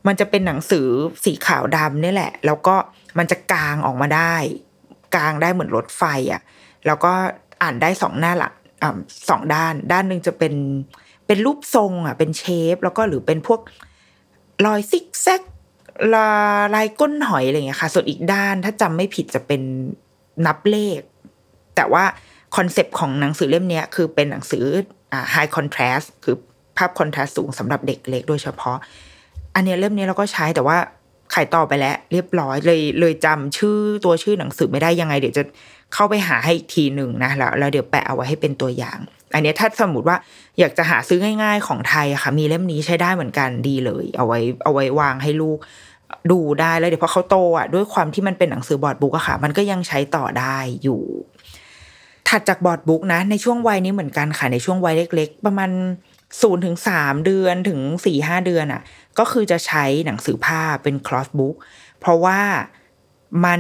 มันจะเป็นหนังสือสีขาวดำนี่แหละแล้วก็มันจะกางออกมาได้กางได้เหมือนรถไฟอ่ะแล้วก็อ่านได้สองหน้าหลักอ่าสองด้านด้านนึงจะเป็นเป็นรูปทรงอ่ะเป็นเชฟแล้วก็หรือเป็นพวกรอยซิกแซกลาลายก้นหอยอะไรอย่างเงี้ยค่ะส่วนอีกด้านถ้าจำไม่ผิดจะเป็นนับเลขแต่ว่าคอนเซปต์ของหนังสือเล่มนี้คือเป็นหนังสืออ่า high contrast คือภาพคอนทราสต์สูงสำหรับเด็กเล็กโดยเฉพาะอันนี้เล่มนี้เราก็ใช้แต่ว่าขายต่อไปแล้วเรียบร้อยเลยเลยจำชื่อตัวชื่อหนังสือไม่ได้ยังไงเดี๋ยวจะเข้าไปหาให้อีกทีหนึ่งนะแล้วแล้วเดี๋ยวแปะเอาไว้ให้เป็นตัวอย่างอันนี้ถ้าสมมติว่าอยากจะหาซื้อง่ายๆของไทยอะค่ะมีเล่มนี้ใช้ได้เหมือนกันดีเลยเอาไว้เอาไว้วางให้ลูกดูได้แล้วเดี๋ยวพอเขาโตอ่ะด้วยความที่มันเป็นหนังสือบอร์ดบุ๊กอะค่ะมันก็ยังใช้ต่อได้อยู่ถัดจากบอร์ดบุ๊กนะในช่วงวัยนี้เหมือนกันค่ะในช่วงวัยเล็กๆประมาณศูนย์ถึงสามเดือนถึง สี่ห้า เดือนอ่ะก็คือจะใช้หนังสือผ้าเป็นคลอสบุ๊กเพราะว่ามัน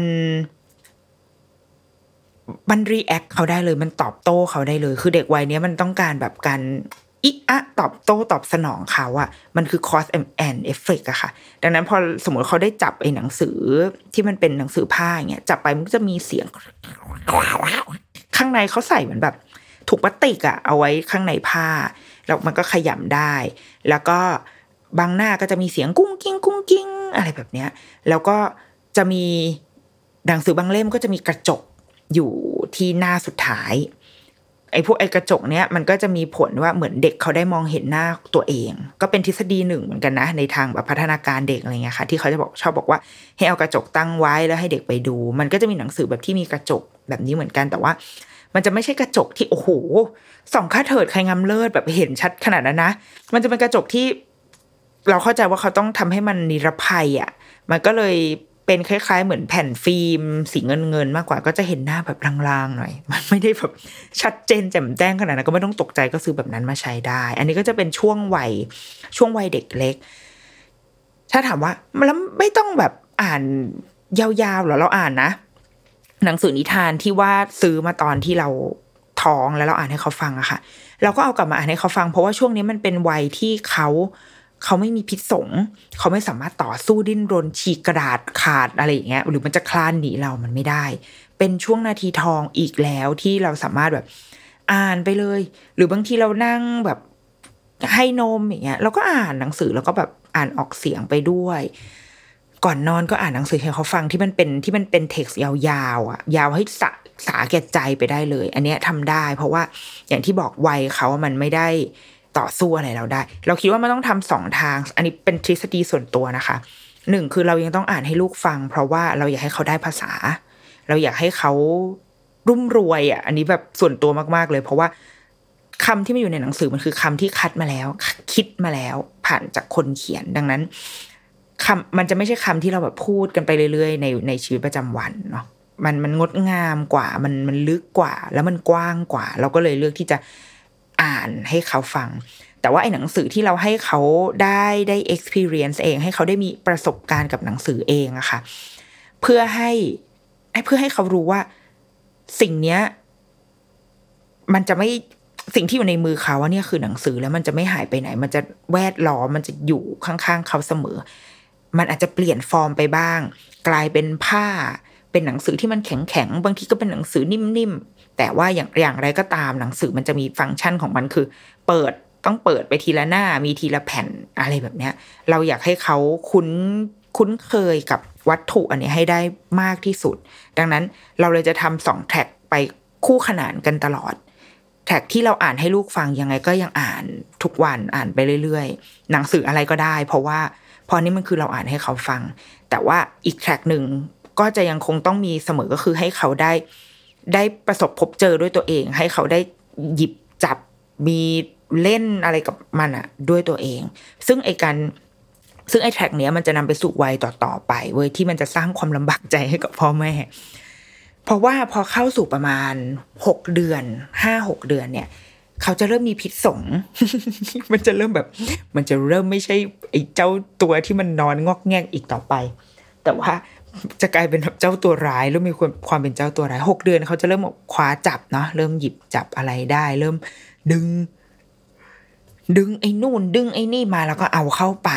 มันรีแอคเขาได้เลยมันตอบโต้เขาได้เลยคือเด็กวัยนี้มันต้องการแบบการอิอะตอบโต้ตอบสนองเขาอะมันคือ cause and effect อะค่ะดังนั้นพอสมมติเขาได้จับไอ้หนังสือที่มันเป็นหนังสือผ้าอย่างเงี้ยจับไปมันก็จะมีเสียงข้างในเขาใส่เหมือนแบบถุงพลาสติกอะเอาไว้ข้างในผ้าแล้วมันก็ขยำได้แล้วก็บางหน้าก็จะมีเสียงกุ้งกิ้งกุ้งกิ้งอะไรแบบเนี้ยแล้วก็จะมีหนังสือบางเล่มก็จะมีกระจกอยู่ที่หน้าสุดท้ายไอ้พวกไอ้กระจกเนี้ยมันก็จะมีผลว่าเหมือนเด็กเขาได้มองเห็นหน้าตัวเองก็เป็นทฤษฎีหนึ่งเหมือนกันนะในทางแบบพัฒนาการเด็กอะไรเงี้ยค่ะที่เขาจะบอกชอบบอกว่าให้เอากระจกตั้งไว้แล้วให้เด็กไปดูมันก็จะมีหนังสือแบบที่มีกระจกแบบนี้เหมือนกันแต่ว่ามันจะไม่ใช่กระจกที่โอ้โหส่องค่าเถิดใครงามเลิศแบบเห็นชัดขนาดนั้นนะมันจะเป็นกระจกที่เราเข้าใจว่าเขาต้องทำให้มันนิรภัยอ่ะมันก็เลยเป็นคล้ายๆเหมือนแผ่นฟิล์มสีเงินๆมากกว่าก็จะเห็นหน้าแบบลางๆหน่อยมันไม่ได้แบบชัดเจนแจ่มแจ้งขนาดนั้นก็ไม่ต้องตกใจก็ซื้อแบบนั้นมาใช้ได้อันนี้ก็จะเป็นช่วงวัยช่วงวัยเด็กเล็กถ้าถามว่าแล้วไม่ต้องแบบอ่านยาวๆหรอเราอ่านนะหนังสือนิทานที่ว่าซื้อมาตอนที่เราท้องแล้วเราอ่านให้เขาฟังอะค่ะเราก็เอากลับมาอ่านให้เขาฟังเพราะว่าช่วงนี้มันเป็นวัยที่เขาเขาไม่มีพิษสงเขาไม่สามารถต่อสู้ดิ้นรนฉีกกระดาษขาดอะไรอย่างเงี้ยหรือมันจะคลานหนีเรามันไม่ได้เป็นช่วงนาทีทองอีกแล้วที่เราสามารถแบบอ่านไปเลยหรือบางทีเรานั่งแบบให้นมอย่างเงี้ยเราก็อ่านหนังสือแล้วก็แบบอ่านออกเสียงไปด้วยก่อนนอนก็อ่านหนังสือให้เขาฟังที่มันเป็นที่มันเป็นเท็กซ์ยาวๆอ่ะยาวให้สะสาแก่ใจไปได้เลยอันเนี้ยทำได้เพราะว่าอย่างที่บอกวัยเขามันไม่ได้ต่อสู้อะไรเราได้เราคิดว่ามันต้องทำสองทางอันนี้เป็นทฤษฎีส่วนตัวนะคะหนึ่งคือเรายังต้องอ่านให้ลูกฟังเพราะว่าเราอยากให้เขาได้ภาษาเราอยากให้เขารุ่มรวยอ่ะอันนี้แบบส่วนตัวมากๆเลยเพราะว่าคำที่มันอยู่ในหนังสือมันคือคำที่คัดมาแล้วคิดมาแล้วผ่านจากคนเขียนดังนั้นคำมันจะไม่ใช่คำที่เราแบบพูดกันไปเรื่อยๆในในชีวิตประจำวันเนาะมันมันงดงามกว่ามันมันลึกกว่าแล้วมันกว้างกว่าเราก็เลยเลือกที่จะอ่านให้เขาฟังแต่ว่าไอ้หนังสือที่เราให้เขาได้ได้ experience เองให้เขาได้มีประสบการณ์กับหนังสือเองอะค่ะเพื่อให้เพื่อให้เขารู้ว่าสิ่งเนี้ยมันจะไม่สิ่งที่อยู่ในมือเขาว่าเนี่ยคือหนังสือแล้วมันจะไม่หายไปไหนมันจะแวดล้อมมันจะอยู่ข้างๆเขาเสมอมันอาจจะเปลี่ยนฟอร์มไปบ้างกลายเป็นผ้าเป็นหนังสือที่มันแข็งๆบางทีก็เป็นหนังสือนิ่มๆแต่ว่าอย่างอย่างไรก็ตามหนังสือมันจะมีฟังก์ชันของมันคือเปิดต้องเปิดไปทีละหน้ามีทีละแผ่นอะไรแบบเนี้ยเราอยากให้เขาคุ้นคุ้นเคยกับวัตถุอันนี้ให้ได้มากที่สุดดังนั้นเราเลยจะทำสองแท็กไปคู่ขนานกันตลอดแท็กที่เราอ่านให้ลูกฟังยังไงก็ยังอ่านทุกวันอ่านไปเรื่อยๆหนังสืออะไรก็ได้เพราะว่าพอนี้มันคือเราอ่านให้เขาฟังแต่ว่าอีกแท็กหนึ่งก็จะยังคงต้องมีเสมอก็คือให้เขาได้ได้ประสบพบเจอด้วยตัวเองให้เขาได้หยิบจับมีเล่นอะไรกับมันอ่ะด้วยตัวเองซึ่งไอ้การซึ่งไอ้แท็กเนี้ยมันจะนำไปสู่วัยต่อๆไปเว้ยที่มันจะสร้างความลำบากใจให้กับพ่อแม่เพราะว่าพอเข้าสู่ประมาณหกเดือน ห้าหก เดือนเนี่ยเขาจะเริ่มมีพิษสง มันจะเริ่มแบบมันจะเริ่มไม่ใช่ไอ้เจ้าตัวที่มันนอนงอกแงกอีกต่อไปแต่ว่าจะกลายเป็นเจ้าตัวร้ายแล้วมีความความเป็นเจ้าตัวร้ายหกเดือนเขาจะเริ่มคว้าจับเนาะเริ่มหยิบจับอะไรได้เริ่มดึงดึงไอ้นู่นดึงไอ้นี่มาแล้วก็เอาเข้าปาก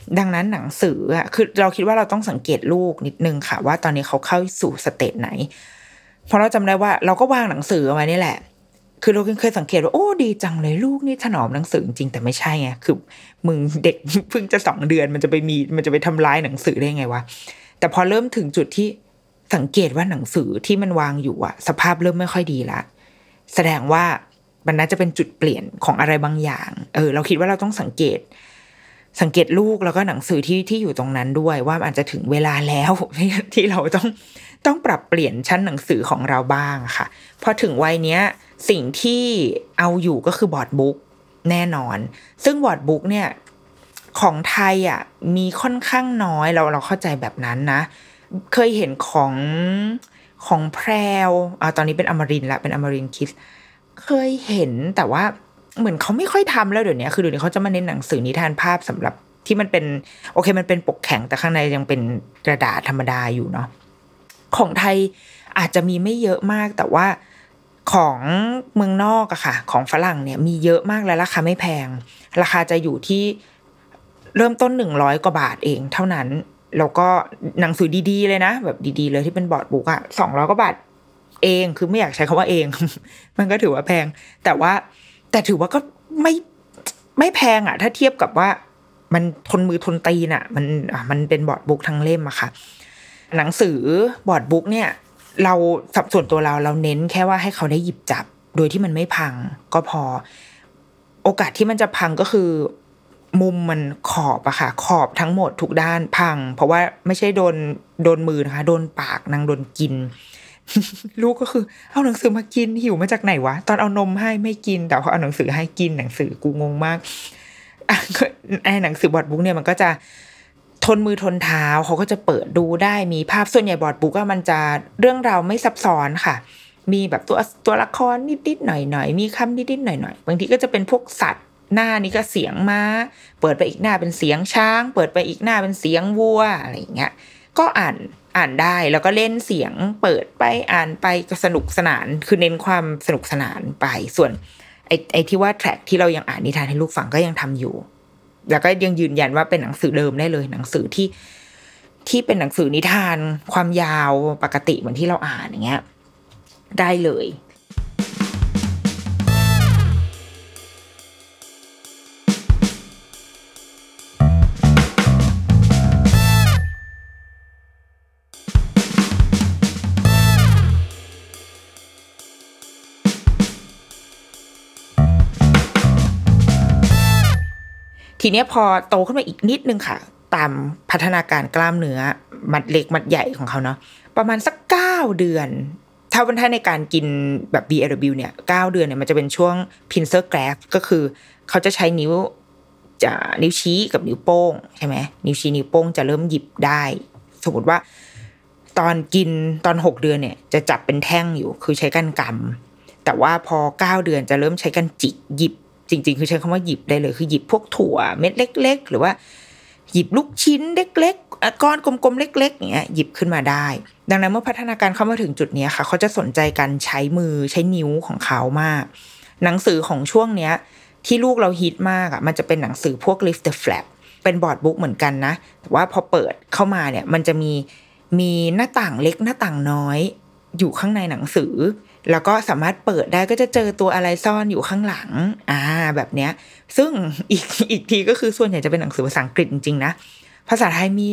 ดังนั้นหนังสืออ่ะคือเราคิดว่าเราต้องสังเกตลูกนิดนึงค่ะว่าตอนนี้เขาเข้าสู่สเตจไหนเพราะเราจำได้ว่าเราก็วางหนังสือเอาไว้นี่แหละคือเราเคยสังเกตว่าโอ้ดีจังเลยลูกนี่ถนอมหนังสือจริงแต่ไม่ใช่ไงคือมึงเด็กเพิ่งจะสองเดือนมันจะไปมีมันจะไปทำร้ายหนังสือได้ไงวะแต่พอเริ่มถึงจุดที่สังเกตว่าหนังสือที่มันวางอยู่อะสภาพเริ่มไม่ค่อยดีละแสดงว่ามันน่าจะเป็นจุดเปลี่ยนของอะไรบางอย่างเออเราคิดว่าเราต้องสังเกตสังเกตลูกแล้วก็หนังสือที่ที่อยู่ตรงนั้นด้วยว่าอาจจะถึงเวลาแล้วที่เราต้องต้องปรับเปลี่ยนชั้นหนังสือของเราบ้างค่ะพอถึงวัยเนี้ยสิ่งที่เอาอยู่ก็คือบอร์ดบุ๊กแน่นอนซึ่งบอร์ดบุ๊กเนี่ยของไทยอ่ะมีค่อนข้างน้อยเราเราเข้าใจแบบนั้นนะเคยเห็นของของแพรวอ่าตอนนี้เป็นอมรินทร์ละเป็นอมรินทร์คิดเคยเห็นแต่ว่าเหมือนเขาไม่ค่อยทำแล้วเดี๋ยวนี้คือเดี๋ยวนี้เขาจะมาเน้นหนังสือนิทานภาพสำหรับที่มันเป็นโอเคมันเป็นปกแข็งแต่ข้างในยังเป็นกระดาษธรรมดาอยู่เนาะของไทยอาจจะมีไม่เยอะมากแต่ว่าของเมืองนอกอะค่ะของฝรั่งเนี่ยมีเยอะมากและราคาไม่แพงราคาจะอยู่ที่เริ่มต้นหนึ่งร้อยกว่าบาทเองเท่านั้นแล้วก็หนังสือดีๆเลยนะแบบดีๆเลยที่เป็นบอร์ดบุ๊กอะสองร้อยกว่าบาทเองคือไม่อยากใช้คำว่าเอง มันก็ถือว่าแพงแต่ว่าแต่ถือว่าก็ไม่ไม่แพงอะถ้าเทียบกับว่ามันทนมือทนตีนอะมันอ่ะมันเป็นบอร์ดบุ๊กทั้งเล่มอะค่ะหนังสือบอร์ดบุ๊กเนี่ยเราสับส่วนตัวเราเราเน้นแค่ว่าให้เขาได้หยิบจับโดยที่มันไม่พังก็พอโอกาสที่มันจะพังก็คือมุมมันขอบอะค่ะขอบทั้งหมดทุกด้านพังเพราะว่าไม่ใช่โดนโดนมือนะคะโดนปากนางโดนกิน ลูกก็คือเอาหนังสือมากินหิวมาจากไหนวะตอนเอานมให้ไม่กินแต่พอเอาหนังสือให้กินหนังสือกูงงมากอ่ะไอ้หนังสือบอร์ดบุ๊กเนี่ยมันก็จะทนมือทนเท้าเขาก็จะเปิดดูได้มีภาพส่วนใหญ่บอร์ดบุ๊กมันจะเรื่องราวไม่ซับซ้อนค่ะมีแบบตัวตัวละครนิดๆหน่อยๆมีคำนิดๆหน่อยๆบางทีก็จะเป็นพวกสัตว์หน้านี้ก็เสียงม้าเปิดไปอีกหน้าเป็นเสียงช้างเปิดไปอีกหน้าเป็นเสียงวัวอะไรอย่างเงี้ยก็อ่านอ่านได้แล้วก็เล่นเสียงเปิดไปอ่านไปก็สนุกสนานคือเน้นความสนุกสนานไปส่วนไอ้ไอ้ที่ว่าแทร็กที่เรายังอ่านนิทานให้ลูกฟังก็ยังทำอยู่แล้วก็ยังยืนยันว่าเป็นหนังสือเดิมได้เลยหนังสือที่ที่เป็นหนังสือนิทานความยาวปกติเหมือนที่เราอ่านอย่างเงี้ยได้เลยทีเนี้ยพอโตขึ้นมาอีกนิดนึงค่ะตามพัฒนาการกล้ามเนื้อมัดเล็กมัดใหญ่ของเขาเนาะประมาณสักเก้าเดือนถ้าวันท้ายในการกินแบบ บี เอ ดับเบิลยู เนี่ยเก้าเดือนเนี่ยมันจะเป็นช่วง pincer grasp ก็คือเขาจะใช้นิ้วจะนิ้วชี้กับนิ้วโป้งใช่ไหมนิ้วชี้นิ้วโป้งจะเริ่มหยิบได้สมมติว่าตอนกินตอนหกเดือนเนี่ยจะจับเป็นแท่งอยู่คือใช้กันกำแต่ว่าพอเก้าเดือนจะเริ่มใช้กันจิกหยิบจริงๆคือใช้คำว่าหยิบได้เลยคือหยิบพวกถั่วเม็ดเล็กๆหรือว่าหยิบลูกชิ้นเล็กๆก้อนกลมๆเล็กๆอย่างเงี้ยหยิบขึ้นมาได้ดังนั้นเมื่อพัฒนาการเข้ามาถึงจุดนี้ค่ะเขาจะสนใจการใช้มือใช้นิ้วของเขามากหนังสือของช่วงเนี้ยที่ลูกเราฮิตมากอ่ะมันจะเป็นหนังสือพวก Lift the Flap เป็นบอร์ดบุ๊กเหมือนกันนะแต่ว่าพอเปิดเข้ามาเนี่ยมันจะมีมีหน้าต่างเล็กหน้าต่างน้อยอยู่ข้างในหนังสือแล้วก็สามารถเปิดได้ก็จะเจอตัวอะไรซ่อนอยู่ข้างหลังอ่าแบบเนี้ยซึ่งอีกอีกทีก็คือส่วนใหญ่จะเป็นหนังสือภาษาอังกฤษจริงๆนะภาษาไทยมี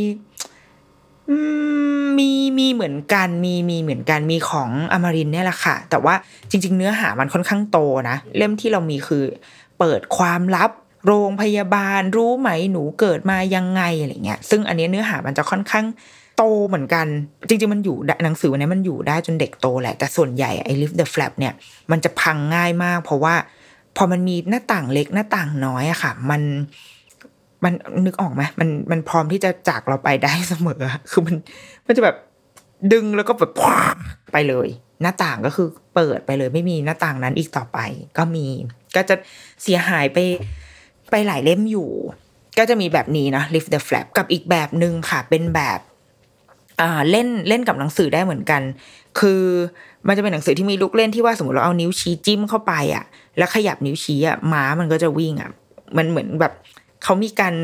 มีมีเหมือนกันมีมีเหมือนกันมีของอมรินทร์เนี่ยแหละค่ะแต่ว่าจริงๆเนื้อหามันค่อนข้างโตนะเล่มที่เรามีคือเปิดความลับโรงพยาบาลรู้ไหมหนูเกิดมายังไงอะไรเงี้ยซึ่งอันนี้เนื้อหามันจะค่อนข้างโตเหมือนกันจริงๆมันอยู่หนังสือวันนี้มันอยู่ได้จนเด็กโตแหละแต่ส่วนใหญ่ไอ้ Lift the Flap เนี่ยมันจะพังง่ายมากเพราะว่าพอมันมีหน้าต่างเล็กหน้าต่างน้อยอะค่ะมันมันนึกออกไหมมันมันพร้อมที่จะจากเราไปได้เสมอคือมันมันจะแบบดึงแล้วก็แบบไปเลยหน้าต่างก็คือเปิดไปเลยไม่มีหน้าต่างนั้นอีกต่อไปก็มีก็จะเสียหายไปไปหลายเล่มอยู่ก็จะมีแบบนี้นะ Lift the Flap กับอีกแบบนึงค่ะเป็นแบบอ่าเล่นเล่นกับหนังสือได้เหมือนกันคือมันจะเป็นหนังสือที่มีลูกเล่นที่ว่าสมมติเราเอานิ้วชี้จิ้มเข้าไปอ่ะแล้วขยับนิ้วชี้อ่ะม้ามันก็จะวิ่งอ่ะมันเหมือนแบบเขามีการ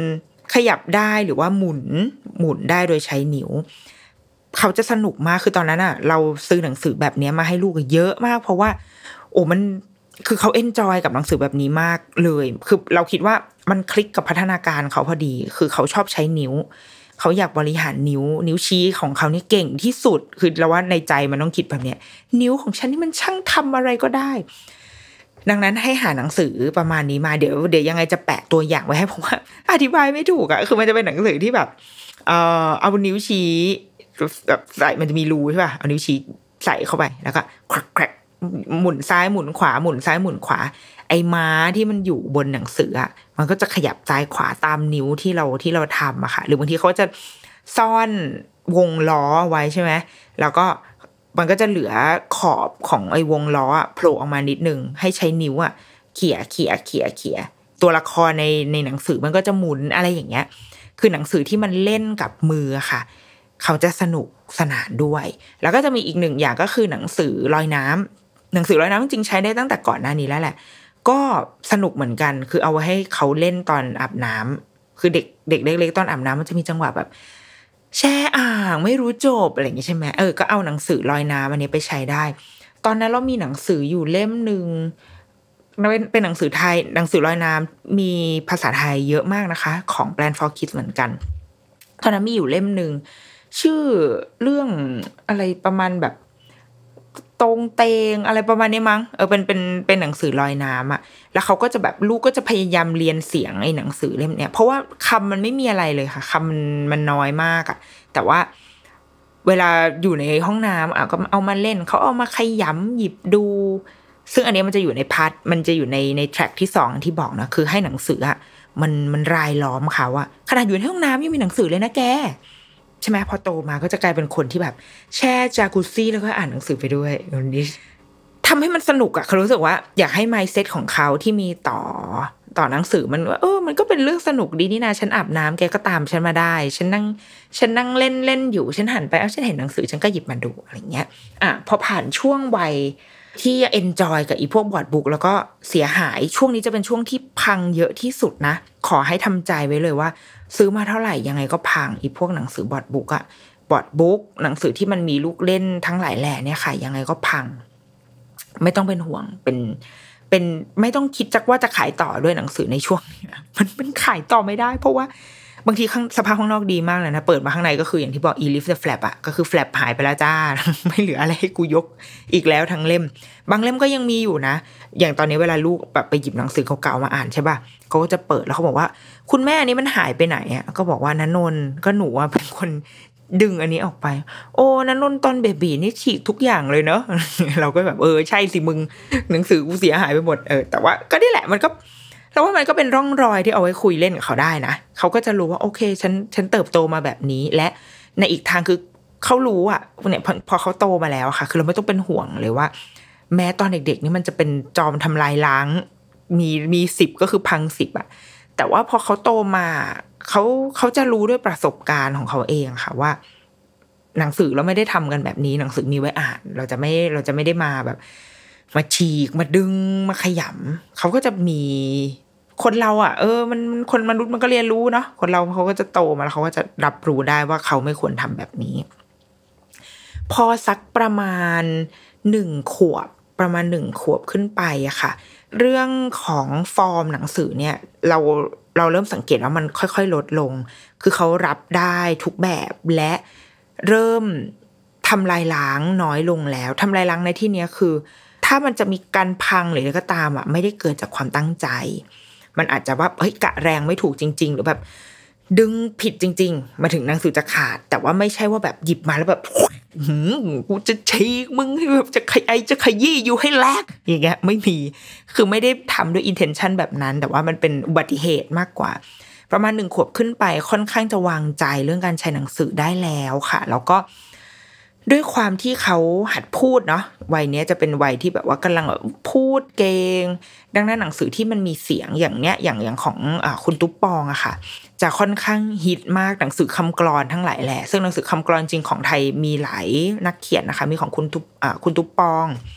ขยับได้หรือว่าหมุนหมุนได้โดยใช้นิ้วเขาจะสนุกมากคือตอนนั้นอ่ะเราซื้อหนังสือแบบนี้มาให้ลูกเยอะมากเพราะว่าโอ้มันคือเขาเอนจอยกับหนังสือแบบนี้มากเลยคือเราคิดว่ามันคลิกกับพัฒนาการเขาพอดีคือเขาชอบใช้นิ้วเขาอยากบริหารนิ้วนิ้วชี้ของเขานี่เก่งที่สุดคือเราว่าในใจมันต้องคิดแบบเนี้ยนิ้วของฉันนี่มันช่างทำอะไรก็ได้ดังนั้นให้หาหนังสือประมาณนี้มาเดี๋ยวเดี๋ยวยังไงจะแปะตัวอย่างไว้ให้ผมว่าอธิบายไม่ถูกอ่ะคือมันจะเป็นหนังสือที่แบบเอ่อเอานิ้วชี้แบบใส่มันจะมีรูใช่ป่ะเอานิ้วชี้ใส่เข้าไปแล้วก็แคร็กหมุนซ้ายหมุนขวาหมุนซ้ายหมุนขวาไอ้ม้าที่มันอยู่บนหนังสืออ่ะมันก็จะขยับซ้ายขวาตามนิ้วที่เราที่เราทำอะค่ะหรือบางทีเขาจะซ่อนวงล้อไว้ใช่ไหมแล้วก็มันก็จะเหลือขอบของไอ้วงล้ออ่ะโผล่ออกมานิดนึงให้ใช้นิ้วอ่ะเขี่ยเขี่ยเขี่ยเขี่ยตัวละครในในหนังสือมันก็จะหมุนอะไรอย่างเงี้ยคือหนังสือที่มันเล่นกับมือค่ะเขาจะสนุกสนานด้วยแล้วก็จะมีอีกหนึ่งอย่างก็คือหนังสือลอยน้ำหนังสือลอยน้ำจริงใช้ได้ตั้งแต่ก่อนหน้านี้แล้วแหละก็สนุกเหมือนกันคือเอาไว้ให้เขาเล่นตอนอาบน้ำคือเด็กเด็กเล็กๆตอนอาบน้ำมันจะมีจังหวะแบบแช่อ่างไม่รู้จบอะไรอย่างงี้ใช่ไหมเออก็เอาหนังสือลอยน้ำอันนี้ไปใช้ได้ตอนนั้นเรามีหนังสืออยู่เล่มนึงเป็นเป็นหนังสือไทยหนังสือลอยน้ำมีภาษาไทยเยอะมากนะคะของ Plan for Kids เหมือนกันตอนนั้นมีอยู่เล่มนึงชื่อเรื่องอะไรประมาณแบบตรงเตงอะไรประมาณนี้มั้งเออเป็นเป็นเป็นหนังสือลอยน้ำอ่ะแล้วเขาก็จะแบบลูกก็จะพยายามเรียนเสียงไอ้หนังสือเล่มเนี้ยเพราะว่าคำมันไม่มีอะไรเลยค่ะคำมันมันน้อยมากอ่ะแต่ว่าเวลาอยู่ในห้องน้ำอ่ะก็เอามาเล่นเขาเอามาขยำหยิบดูซึ่งอันนี้มันจะอยู่ในพาร์ทมันจะอยู่ในในแทร็กที่สองที่บอกนะคือให้หนังสืออ่ะมันมันรายล้อมเขาอ่ะขนาดอยู่ในห้องน้ำยังมีหนังสือเลยนะแกใช่ไหมพอโตมาก็จะกลายเป็นคนที่แบบแช่จากุซซี่แล้วก็อ่านหนังสือไปด้วยนี่ทำให้มันสนุกอะเขารู้สึกว่าอยากให้ mindset ของเขาที่มีต่อต่อหนังสือมันว่าเออมันก็เป็นเรื่องสนุกดีนี่นะฉันอาบน้ำแกก็ตามฉันมาได้ฉันนั่งฉันนั่งเล่นเล่นอยู่ฉันหันไปเอ้าฉันเห็นหนังสือฉันก็หยิบมาดูอะไรเงี้ยอ่ะพอผ่านช่วงวัยที่ enjoy กับอีพวกบอร์ดบุ๊กแล้วก็เสียหายช่วงนี้จะเป็นช่วงที่พังเยอะที่สุดนะขอให้ทำใจไว้เลยว่าซื้อมาเท่าไหร่ยังไงก็พังอีพวกหนังสือบอร์ดบุ๊กอะบอร์ดบุ๊กหนังสือที่มันมีลูกเล่นทั้งหลายแหล่เนี่ยค่ะยังไงก็พังไม่ต้องเป็นห่วงเป็นเป็นไม่ต้องคิดจักว่าจะขายต่อด้วยหนังสือในช่วงนี้มันมันขายต่อไม่ได้เพราะว่าบางทีข้างสภาพข้างนอกดีมากเลยนะเปิดมาข้างในก็คืออย่างที่บอก e-lift the flap อะก็คือ flap หายไปแล้วจ้า ไม่เหลืออะไรให้กูยกอีกแล้วทั้งเล่มบางเล่มก็ยังมีอยู่นะอย่างตอนนี้เวลาลูกแบบไปหยิบหนังสือเก่าๆมาอ่านใช่ป่ะเขาก็จะเปิดแล้วเขาบอกว่าคุณแม่อันนี้มันหายไปไหนอะก็บอกว่าณนนท์ก็หนูอะเป็นคนดึงอันนี้ออกไปโอ้ณนนท์ตอนเบบีนี่ฉีกทุกอย่างเลยเนอะ เราก็แบบเออใช่สิมึงหนังสือกูเสียหายไปหมดเออแต่ว่าก็นี่แหละมันก็เราว่ามันก็เป็นร่องรอยที่เอาไว้คุยเล่นกับเขาได้นะเขาก็จะรู้ว่าโอเคฉันฉันเติบโตมาแบบนี้และในอีกทางคือเขารู้อ่ะเนี่ยพอพอเขาโตมาแล้วค่ะคือเราไม่ต้องเป็นห่วงเลยว่าแม้ตอนเด็กๆนี่มันจะเป็นจอมทำลายล้างมีมีสิบก็คือพังสิบอ่ะแต่ว่าพอเขาโตมาเขาเขาจะรู้ด้วยประสบการณ์ของเขาเองค่ะว่าหนังสือเราไม่ได้ทำกันแบบนี้หนังสือมีไว้อ่านเราจะไม่เราจะไม่ได้มาแบบมาฉีกมาดึงมาขยำเขาก็จะมีคนเราอ่ะเออมันคนมนุษย์มันก็เรียนรู้เนาะคนเราเขาก็จะโตมาแล้วเขาก็จะรับรู้ได้ว่าเขาไม่ควรทำแบบนี้พอสักประมาณหนึ่งขวบประมาณหนึ่งขวบขึ้นไปอะค่ะเรื่องของฟอร์มหนังสือเนี่ยเราเราเริ่มสังเกตว่ามันค่อยๆลดลงคือเขารับได้ทุกแบบและเริ่มทำลายล้างน้อยลงแล้วทำลายล้างในที่นี้คือถ้ามันจะมีการพังหรืออะไรก็ตามอ่ะไม่ได้เกิดจากความตั้งใจมันอาจจะว่าเฮ้ยกะแรงไม่ถูกจริงๆหรือแบบดึงผิดจริงๆมาถึงหนังสือจะขาดแต่ว่าไม่ใช่ว่าแบบหยิบมาแล้วแบบหืมกูจะฉีกมึงให้แบบจะขยายจะขยี้อยู่ให้แลกอย่างเงี้ยไม่มีคือไม่ได้ทำด้วย intention แบบนั้นแต่ว่ามันเป็นอุบัติเหตุมากกว่าประมาณหนึ่งขวบขึ้นไปค่อนข้างจะวางใจเรื่องการใช้หนังสือได้แล้วค่ะแล้วก็ด้วยความที่เขาหัดพูดเนาะวัยนี้จะเป็นวัยที่แบบว่ากำลังพูดเก่งดังนั้นหนังสือที่มันมีเสียงอย่างเนี้ยอย่างอย่างของอ่าคุณตุ๊ปปองอะค่ะจะค่อนข้างฮิตมากหนังสือคำกลอนทั้งหลายแหละซึ่งหนังสือคำกลอนจริงของไทยมีหลายนักเขียนนะคะมีของคุณตุ๊ปอ่าคุณตุ๊ปปอง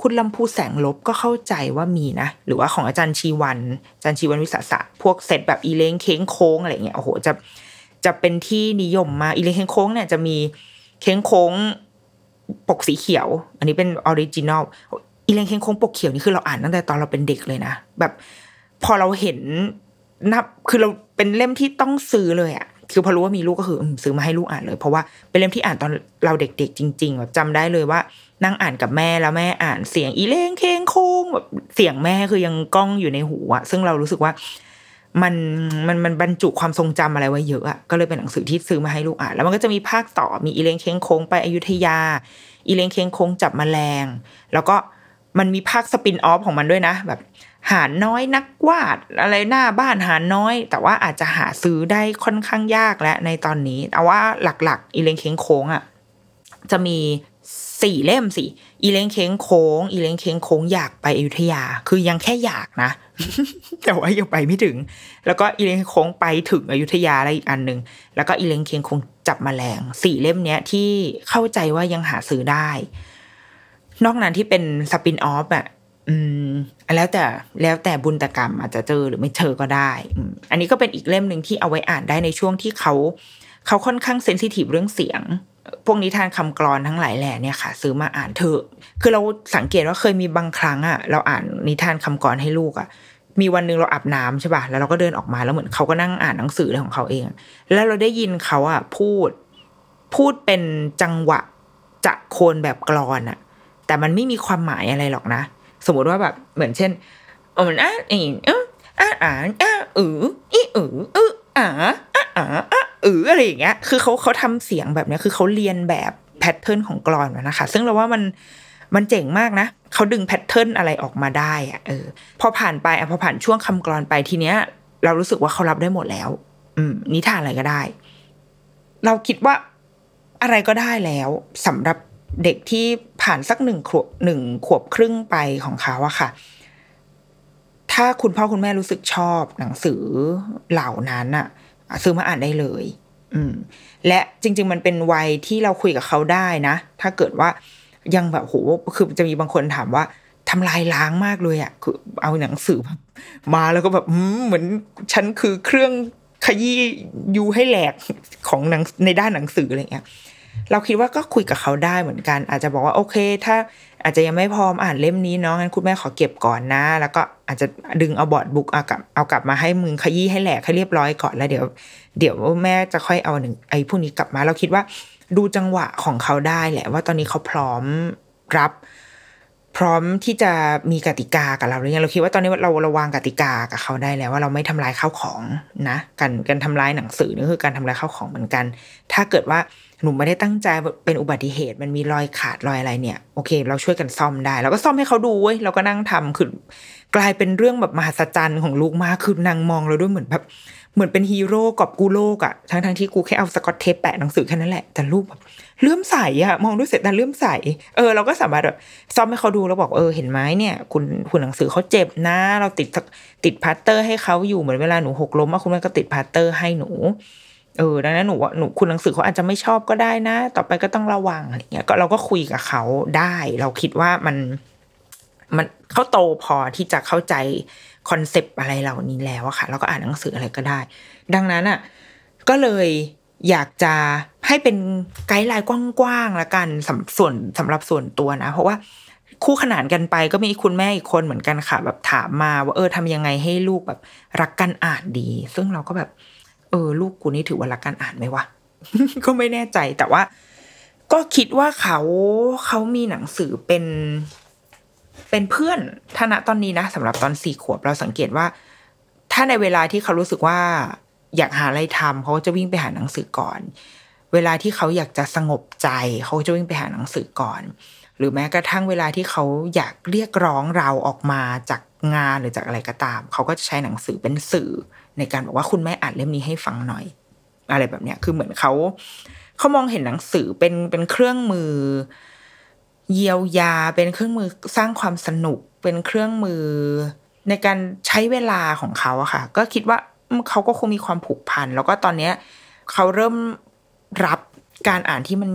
คุณลำพูแสงลบก็เข้าใจว่ามีนะหรือว่าของอาจารย์ชีวันอาจารย์ชีวันวิสาสะพวกเซตแบบอีเล้งเค้งโค้งอะไรเงี้ยโอ้โหจะจะเป็นที่นิยมมากอีเล้งเค้งโค้งเนี่ยจะมีเค้งโค้งปกสีเขียวอันนี้เป็นออริจินอลอีเล้งเค้งโค้งปกเขียวนี่คือเราอ่านตั้งแต่ตอนเราเป็นเด็กเลยนะแบบพอเราเห็นนับคือเราเป็นเล่มที่ต้องซื้อเลยอ่ะคือพอรู้ว่ามีลูกก็คือซื้อมาให้ลูกอ่านเลยเพราะว่าเป็นเล่มที่อ่านตอนเราเด็กๆจริงๆแบบจำได้เลยว่านั่งอ่านกับแม่แล้วแม่อ่านเสียงอีเล้งเค้งโค้งแบบเสียงแม่คือยังก้องอยู่ในหูอะซึ่งเรารู้สึกว่ามันมันมันบรรจุความทรงจำอะไรไว้เยอะอะก็เลยเป็นหนังสือที่ซื้อมาให้ลูกอ่านแล้วมันก็จะมีภาคต่อมีอีเล้งเค้งโค้งไปอยุธยาอีเล้งเค้งโค้งจับแมลงแล้วก็มันมีภาคสปินออฟของมันด้วยนะแบบหาน้อยนักวาดอะไรหน้าบ้านหาน้อยแต่ว่าอาจจะหาซื้อได้ค่อนข้างยากแล้วในตอนนี้แต่ว่าหลักๆอีเล้งเค้งโค้งอ่ะจะมีสี่เล่มสิอีเล้งเค้งโค้งอีเล้งเค้งโค้งอยากไปอยุธยาคือยังแค่อยากนะ แต่ว่ายังไปไม่ถึงแล้วก็อีเล้งเค้งโค้งไปถึงอยุธยาอะไรอีกอันนึงแล้วก็อีเล้งเค้งโค้งจับแมลงสี่เล่มเนี้ยที่เข้าใจว่ายังหาซื้อได้นอกนั้นที่เป็นสปินออฟอ่ะอืมแล้วแต่แล้วแต่บุญตกรรมอาจจะเจอหรือไม่เจอก็ได้อืมอันนี้ก็เป็นอีกเล่มนึงที่เอาไว้อ่านได้ในช่วงที่เขาเขาค่อนข้างเซนซิทีฟเรื่องเสียงพวกนิทานคำกลอนทั้งหลายแหล่เนี่ยค่ะซื้อมาอ่านเถอะคือเราสังเกตว่าเคยมีบางครั้งอ่ะเราอ่านนิทานคำกลอนให้ลูกอ่ะมีวันนึงเราอาบน้ำใช่ป่ะแล้วเราก็เดินออกมาแล้วเหมือนเขาก็นั่งอ่านหนังสืออะไรของเขาเองแล้วเราได้ยินเขาอ่ะพูดพูดเป็นจังหวะจะโคนแบบกลอนอ่ะแต่มันไม่มีความหมายอะไรหรอกนะสมมติว่าแบบเหมือนเช่นเอออ่ะอีเอออ่ะอ่ะอ่ะอืออีอืออืออ่ะอ่ะอ่ะอ่ะอืออะไรอย่างเงี้ยคือเขาเขาทำเสียงแบบนี้คือเขาเรียนแบบแพทเทิร์นของกลอนมานะคะซึ่งเราว่ามันมันเจ๋งมากนะเขาดึงแพทเทิร์นอะไรออกมาได้อ่ะเออพอผ่านไปอ่ะพอผ่านช่วงคำกลอนไปทีเนี้ยเรารู้สึกว่าเขารับได้หมดแล้วอืมนิทานอะไรก็ได้เราคิดว่าอะไรก็ได้แล้วสำหรับเด็กที่ผ่านสักหนึ่งขวบหนึ่งขวบครึ่งไปของเขาอะค่ะถ้าคุณพ่อคุณแม่รู้สึกชอบหนังสือเหล่านั้นอะซื้อมาอ่านได้เลยอืมและจริงๆมันเป็นวัยที่เราคุยกับเขาได้นะถ้าเกิดว่ายังแบบโหคือจะมีบางคนถามว่าทำลายล้างมากเลยอะคือเอาหนังสือมาแล้วก็แบบเหมือนฉันคือเครื่องขยี้ยูให้แหลกของหนังในด้านหนังสืออะไรเงี้ยเราคิดว่าก็คุยกับเขาได้เหมือนกันอาจจะบอกว่าโอเคถ้าอาจจะยังไม่พร้อมอ่านเล่มนี้เนาะงั้นคุณแม่ขอเก็บก่อนนะแล้วก็อาจจะดึงเอาบอร์ดบุ๊กเอากลับเอากลับมาให้มึงขยี้ให้แหลกให้เรียบร้อยก่อนแล้วเดี๋ยวเดี๋ยวแม่จะค่อยเอาหนึ่งไอ้พวกนี้กลับมาเราคิดว่าดูจังหวะของเขาได้แหละว่าตอนนี้เขาพร้อมรับพร้อมที่จะมีกติกากับเราหรือยังเราคิดว่าตอนนี้เราระวางกติกากับเขาได้แล้วว่าเราไม่ทำลายข้าวของนะการการทำลายหนังสือนี่คือการทำลายข้าวของเหมือนกันถ้าเกิดว่าหนูไม่ได้ตั้งใจเป็นอุบัติเหตุมันมีรอยขาดรอยอะไรเนี่ยโอเคเราช่วยกันซ่อมได้เราก็ซ่อมให้เขาดูเว้ยเราก็นั่งทำคือกลายเป็นเรื่องแบบมหัศจรรย์ของลูกมากคือนางมองเราด้วยเหมือนแบบเหมือนเป็นฮีโร่กอบกู้โลกอ่ะทั้งทั้งที่กูแค่เอาสกอตเทปแปะหนังสือแค่นั้นแหละแต่ลูกแบบเลื่อมใสอ่ะมองด้วยสายตาเลื่อมใสเออเราก็สามารถแบบซ่อมให้เขาดูแล้วบอกเออเห็นไหมเนี่ยคุณคุณหนังสือเขาเจ็บนะเราติดติดพลาสเตอร์ให้เขาอยู่เหมือนเวลาหนูหกล้มอ่ะคุณแม่ก็ติดพลาสเตอร์ให้หนูเออดังนั้นหนูว่าหนูคุณหนังสือเขาอาจจะไม่ชอบก็ได้นะต่อไปก็ต้องระวังอะไรเงี้ยก็เราก็คุยกับเขาได้เราคิดว่ามันมันเขาโตพอที่จะเข้าใจคอนเซปต์อะไรเหล่านี้แล้วอะค่ะแล้วก็อ่านหนังสืออะไรก็ได้ดังนั้นอะก็เลยอยากจะให้เป็นไกด์ไลน์กว้างๆละกันสำส่วนสำหรับส่วนตัวนะเพราะว่าคู่ขนานกันไปก็มีคุณแม่อีกคนเหมือนกันค่ะแบบถามมาว่าเออทำยังไงให้ลูกแบบรักการอ่านดีซึ่งเราก็แบบเออลูกกูนี่ถือว่ารักการอ่านไหมวะ ก็ไม่แน่ใจแต่ว่าก็คิดว่าเขาเขามีหนังสือเป็นเป็นเพื่อนถ้าณตอนนี้นะสำหรับตอนสี่ขวบเราสังเกตว่าถ้าในเวลาที่เขารู้สึกว่าอยากหาอะไรทำเขาจะวิ่งไปหาหนังสือก่อนเวลาที่เขาอยากจะสงบใจเขาจะวิ่งไปหาหนังสือก่อนหรือแม้กระทั่งเวลาที่เขาอยากเรียกร้องเราออกมาจากงานหรือจากอะไรก็ตามเขาก็จะใช้หนังสือเป็นสื่อในการบอกว่าคุณแม่อ่านเล่มนี้ให้ฟังหน่อยอะไรแบบเนี้ยคือเหมือนเขาเขามองเห็นหนังสือเป็นเป็นเครื่องมือเยียวยาเป็นเครื่องมือสร้างความสนุกเป็นเครื่องมือในการใช้เวลาของเขาอะค่ะก็คิดว่าเขาก็คงมีความผูกพันแล้วก็ตอนเนี้ยเขาเริ่มรับการอ่านที่มัน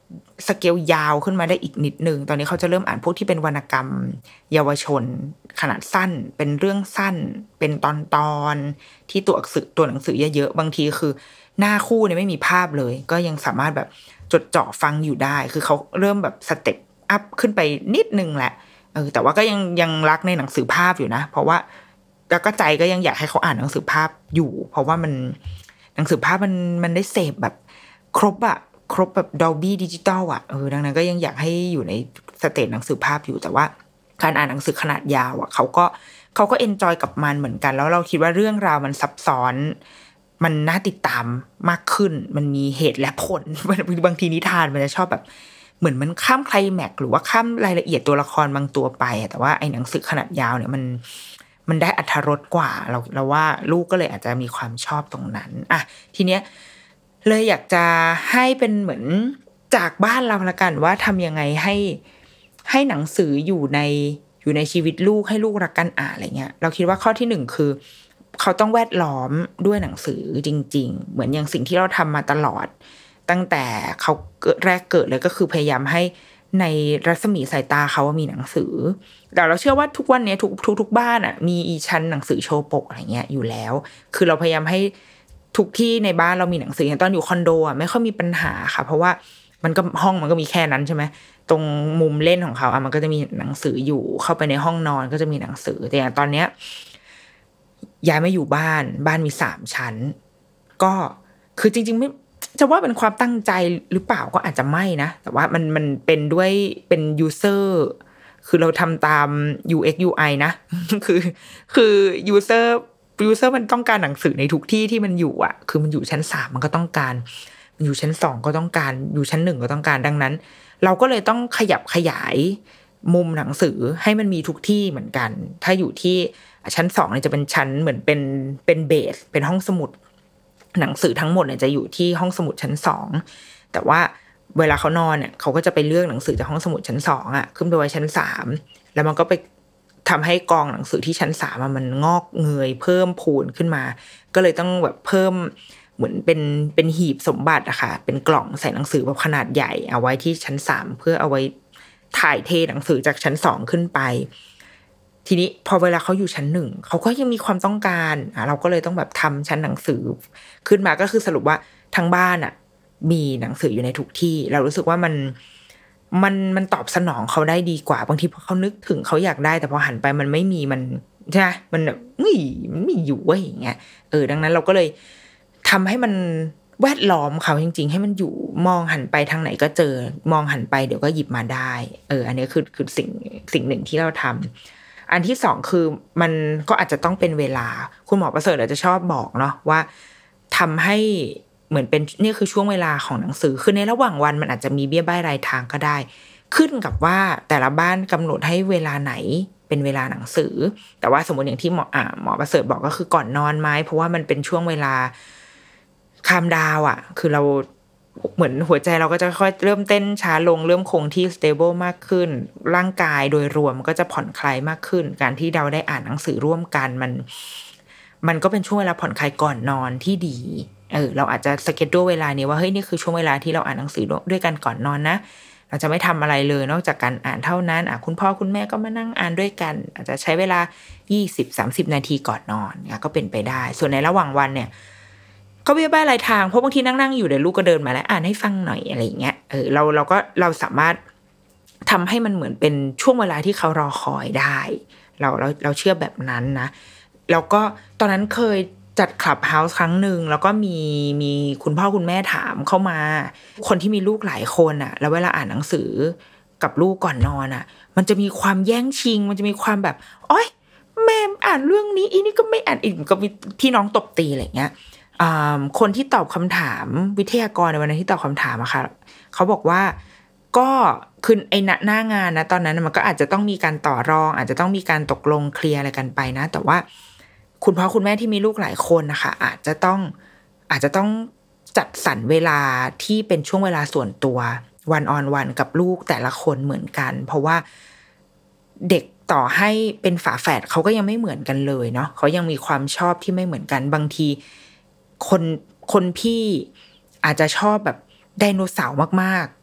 สเกลยาวขึ้นมาได้อีกนิดนึงตอนนี้เขาจะเริ่มอ่านพวกที่เป็นวรรณกรรมเยาวชนขนาดสั้นเป็นเรื่องสั้นเป็นตอนๆที่ตัวอักษรตัวหนังสือเยอะๆบางทีคือหน้าคู่เนี่ยไม่มีภาพเลยก็ยังสามารถแบบจดจ่อฟังอยู่ได้คือเขาเริ่มแบบสเต็ปอัพขึ้นไปนิดนึงแหละเออแต่ว่าก็ยังยังรักในหนังสือภาพอยู่นะเพราะว่าแล้วก็ใจก็ยังอยากให้เขาอ่านหนังสือภาพอยู่เพราะว่ามันหนังสือภาพมันมันได้เสพแบบครบอะครบแบบ Dolby Digital อ่ะเออดังนั้นก็ยังอยากให้อยู่ในสเตจหนังสือภาพอยู่แต่ว่าการอ่านหนังสือขนาดยาวอ่ะเขาก็เขาก็เอนจอยกับมันเหมือนกันแล้วเราคิดว่าเรื่องราวมันซับซ้อนมันน่าติดตามมากขึ้นมันมีเหตุและผลบางทีนิทานมันจะชอบแบบเหมือนมันข้ามไคลแม็กซ์หรือว่าข้ามรายละเอียดตัวละครบางตัวไปแต่ว่าไอ้หนังสือขนาดยาวเนี่ยมันมันได้อรรถรสกว่าเราเราว่าลูกก็เลยอาจจะมีความชอบตรงนั้นอ่ะทีเนี้ยเลยอยากจะให้เป็นเหมือนจากบ้านเราละกันว่าทำยังไงให้ให้หนังสืออยู่ในอยู่ในชีวิตลูกให้ลูกรักการอ่านอะไรเงี้ยเราคิดว่าข้อที่หนึ่งคือเขาต้องแวดล้อมด้วยหนังสือจริงๆเหมือนอย่างสิ่งที่เราทำมาตลอดตั้งแต่เขาเกิดแรกเกิดเลยก็คือพยายามให้ในรัศมีสายตาเขาว่ามีหนังสือแต่เราเชื่อว่าทุกวันนี้ทุกทุกทุกบ้านอ่ะมีอีชั้นหนังสือโชว์ปกอะไรเงี้ยอยู่แล้วคือเราพยายามให้ทุกที่ในบ้านเรามีหนังสืออย่างตอนอยู่คอนโดอ่ะไม่ค่อยมีปัญหาค่ะเพราะว่ามันก็ห้องมันก็มีแค่นั้นใช่ไหมตรงมุมเล่นของเขาอ่ะมันก็จะมีหนังสืออยู่เข้าไปในห้องนอนก็จะมีหนังสือแต่อย่างตอนเนี้ยย้ายมาอยู่บ้านบ้านมีสามชั้นก็คือจริงๆไม่จะว่าเป็นความตั้งใจหรือเปล่าก็อาจจะไม่นะแต่ว่ามันมันเป็นด้วยเป็นยูเซอร์คือเราทำตาม ยู เอ็กซ์ ยู ไอ นะ คือคือยูเซอร์ยูเซอร์มันต้องการหนังสือในทุกที่ที่มันอยู่อ่ะคือมันอยู่ชั้นสามมันก็ต้องการมันอยู่ชั้นสองก็ต้องการอยู่ชั้นหนึ่งก็ต้องการดังนั้นเราก็เลยต้องขยับขยายมุมหนังสือให้มันมีทุกที่เหมือนกันถ้าอยู่ที่ชั้นสองเนี่ยจะเป็นชั้นเหมือนเป็นเป็นเบสเป็นห้องสมุดหนังสือทั้งหมดเนี่ยจะอยู่ที่ห้องสมุดชั้นสองแต่ว่าเวลาเขานอนเนี่ยเขาก็จะไปเลือกหนังสือจากห้องสมุดชั้นสองอ่ะขึ้นไปไว้ชั้นสามแล้วมันก็ไปทำให้กองหนังสือที่ชั้นสามมันงอกเงยเพิ่มพูนขึ้นมาก็เลยต้องแบบเพิ่มเหมือนเป็นเป็นหีบสมบัติอะค่ะเป็นกล่องใส่หนังสือแบบขนาดใหญ่เอาไว้ที่ชั้นสามเพื่อเอาไว้ถ่ายเทหนังสือจากชั้นสองขึ้นไปทีนี้พอเวลาเขาอยู่ชั้นหนึ่งเขาก็ยังมีความต้องการอ่ะเราก็เลยต้องแบบทำชั้นหนังสือขึ้นมาก็คือสรุปว่าทั้งบ้านอะมีหนังสืออยู่ในทุกที่เรารู้สึกว่ามันมันมันตอบสนองเขาได้ดีกว่าบางทีพอเขานึกถึงเขาอยากได้แต่พอหันไปมันไม่มีมันใช่ไหมมันแบบนี่มันไม่อยู่เว้ยอย่างเงี้ยเออดังนั้นเราก็เลยทำให้มันแวดล้อมเขาจริงๆให้มันอยู่มองหันไปทางไหนก็เจอมองหันไปเดี๋ยวก็หยิบมาได้เอออันนี้คือคือสิ่งสิ่งหนึ่งที่เราทำอันที่สองคือมันก็อาจจะต้องเป็นเวลาคุณหมอประเสริฐอาจจะชอบบอกเนาะว่าทำให้เหมือนเป็นนี่คือช่วงเวลาของหนังสือคือในระหว่างวันมันอาจจะมีเบี้ยบ้ายรายทางก็ได้ขึ้นกับว่าแต่ละบ้านกำหนดให้เวลาไหนเป็นเวลาหนังสือแต่ว่าสมมติอย่างที่หมออ่าหมอประเสริฐบอกก็คือก่อนนอนไหมเพราะว่ามันเป็นช่วงเวลาคามดาวอ่ะคือเราเหมือนหัวใจเราก็จะค่อยเริ่มเต้นช้าลงเริ่มคงที่ stable มากขึ้นร่างกายโดยรวมก็จะผ่อนคลายมากขึ้นการที่เราได้อ่านหนังสือร่วมกันมันมันก็เป็นช่วงเวลาผ่อนคลายก่อนนอนที่ดีเออเราอาจจะสเก็ตดูเวลานี้ว่าเฮ้ยนี่คือช่วงเวลาที่เราอ่านหนังสือด้วยกันก่อนนอนนะเราจะไม่ทำอะไรเลยนอกจากการอ่านเท่านั้นอ่ะคุณพ่อคุณแม่ก็มานั่งอ่านด้วยกันอาจจะใช้เวลา ยี่สิบถึงสามสิบ นาทีก่อนนอนเนี่ยก็เป็นไปได้ส่วนในระหว่างวันเนี่ยก็เบี้ยบ้ายรายทางเพราะบางทีนั่งๆอยู่เดี๋ยวลูกก็เดินมาแล้วอ่านให้ฟังหน่อยอะไรอย่างเงี้ยเออเราเราก็เราสามารถทำให้มันเหมือนเป็นช่วงเวลาที่เขารอคอยได้เราเราเราเชื่อแบบนั้นนะแล้วก็ตอนนั้นเคยจัดคลับเฮาส์ครั้งหนึ่งแล้วก็มีมีคุณพ่อคุณแม่ถามเข้ามาคนที่มีลูกหลายคนอ่ะแล้วเวลาอ่านหนังสือกับลูกก่อนนอนอ่ะมันจะมีความแย่งชิงมันจะมีความแบบโอ๊ยแม่อ่านเรื่องนี้อีนี่ก็ไม่อ่านอีกก็มีพี่น้องตบตีอะไรเงี้ยคนที่ตอบคำถามวิทยากรในวันนั้นที่ตอบคำถามอะค่ะเขาบอกว่าก็คือไอ้หน้างานนะตอนนั้นมันก็อาจจะต้องมีการต่อรองอาจจะต้องมีการตกลงเคลียร์อะไรกันไปนะแต่ว่าคุณพ่อคุณแม่ที่มีลูกหลายคนนะคะอาจจะต้องอาจจะต้องจัดสรรเวลาที่เป็นช่วงเวลาส่วนตัววันออนวันกับลูกแต่ละคนเหมือนกันเพราะว่าเด็กต่อให้เป็นฝาแฝดเขาก็ยังไม่เหมือนกันเลยเนาะเขายังมีความชอบที่ไม่เหมือนกันบางทีคนคนพี่อาจจะชอบแบบไดโนเสาร์มาก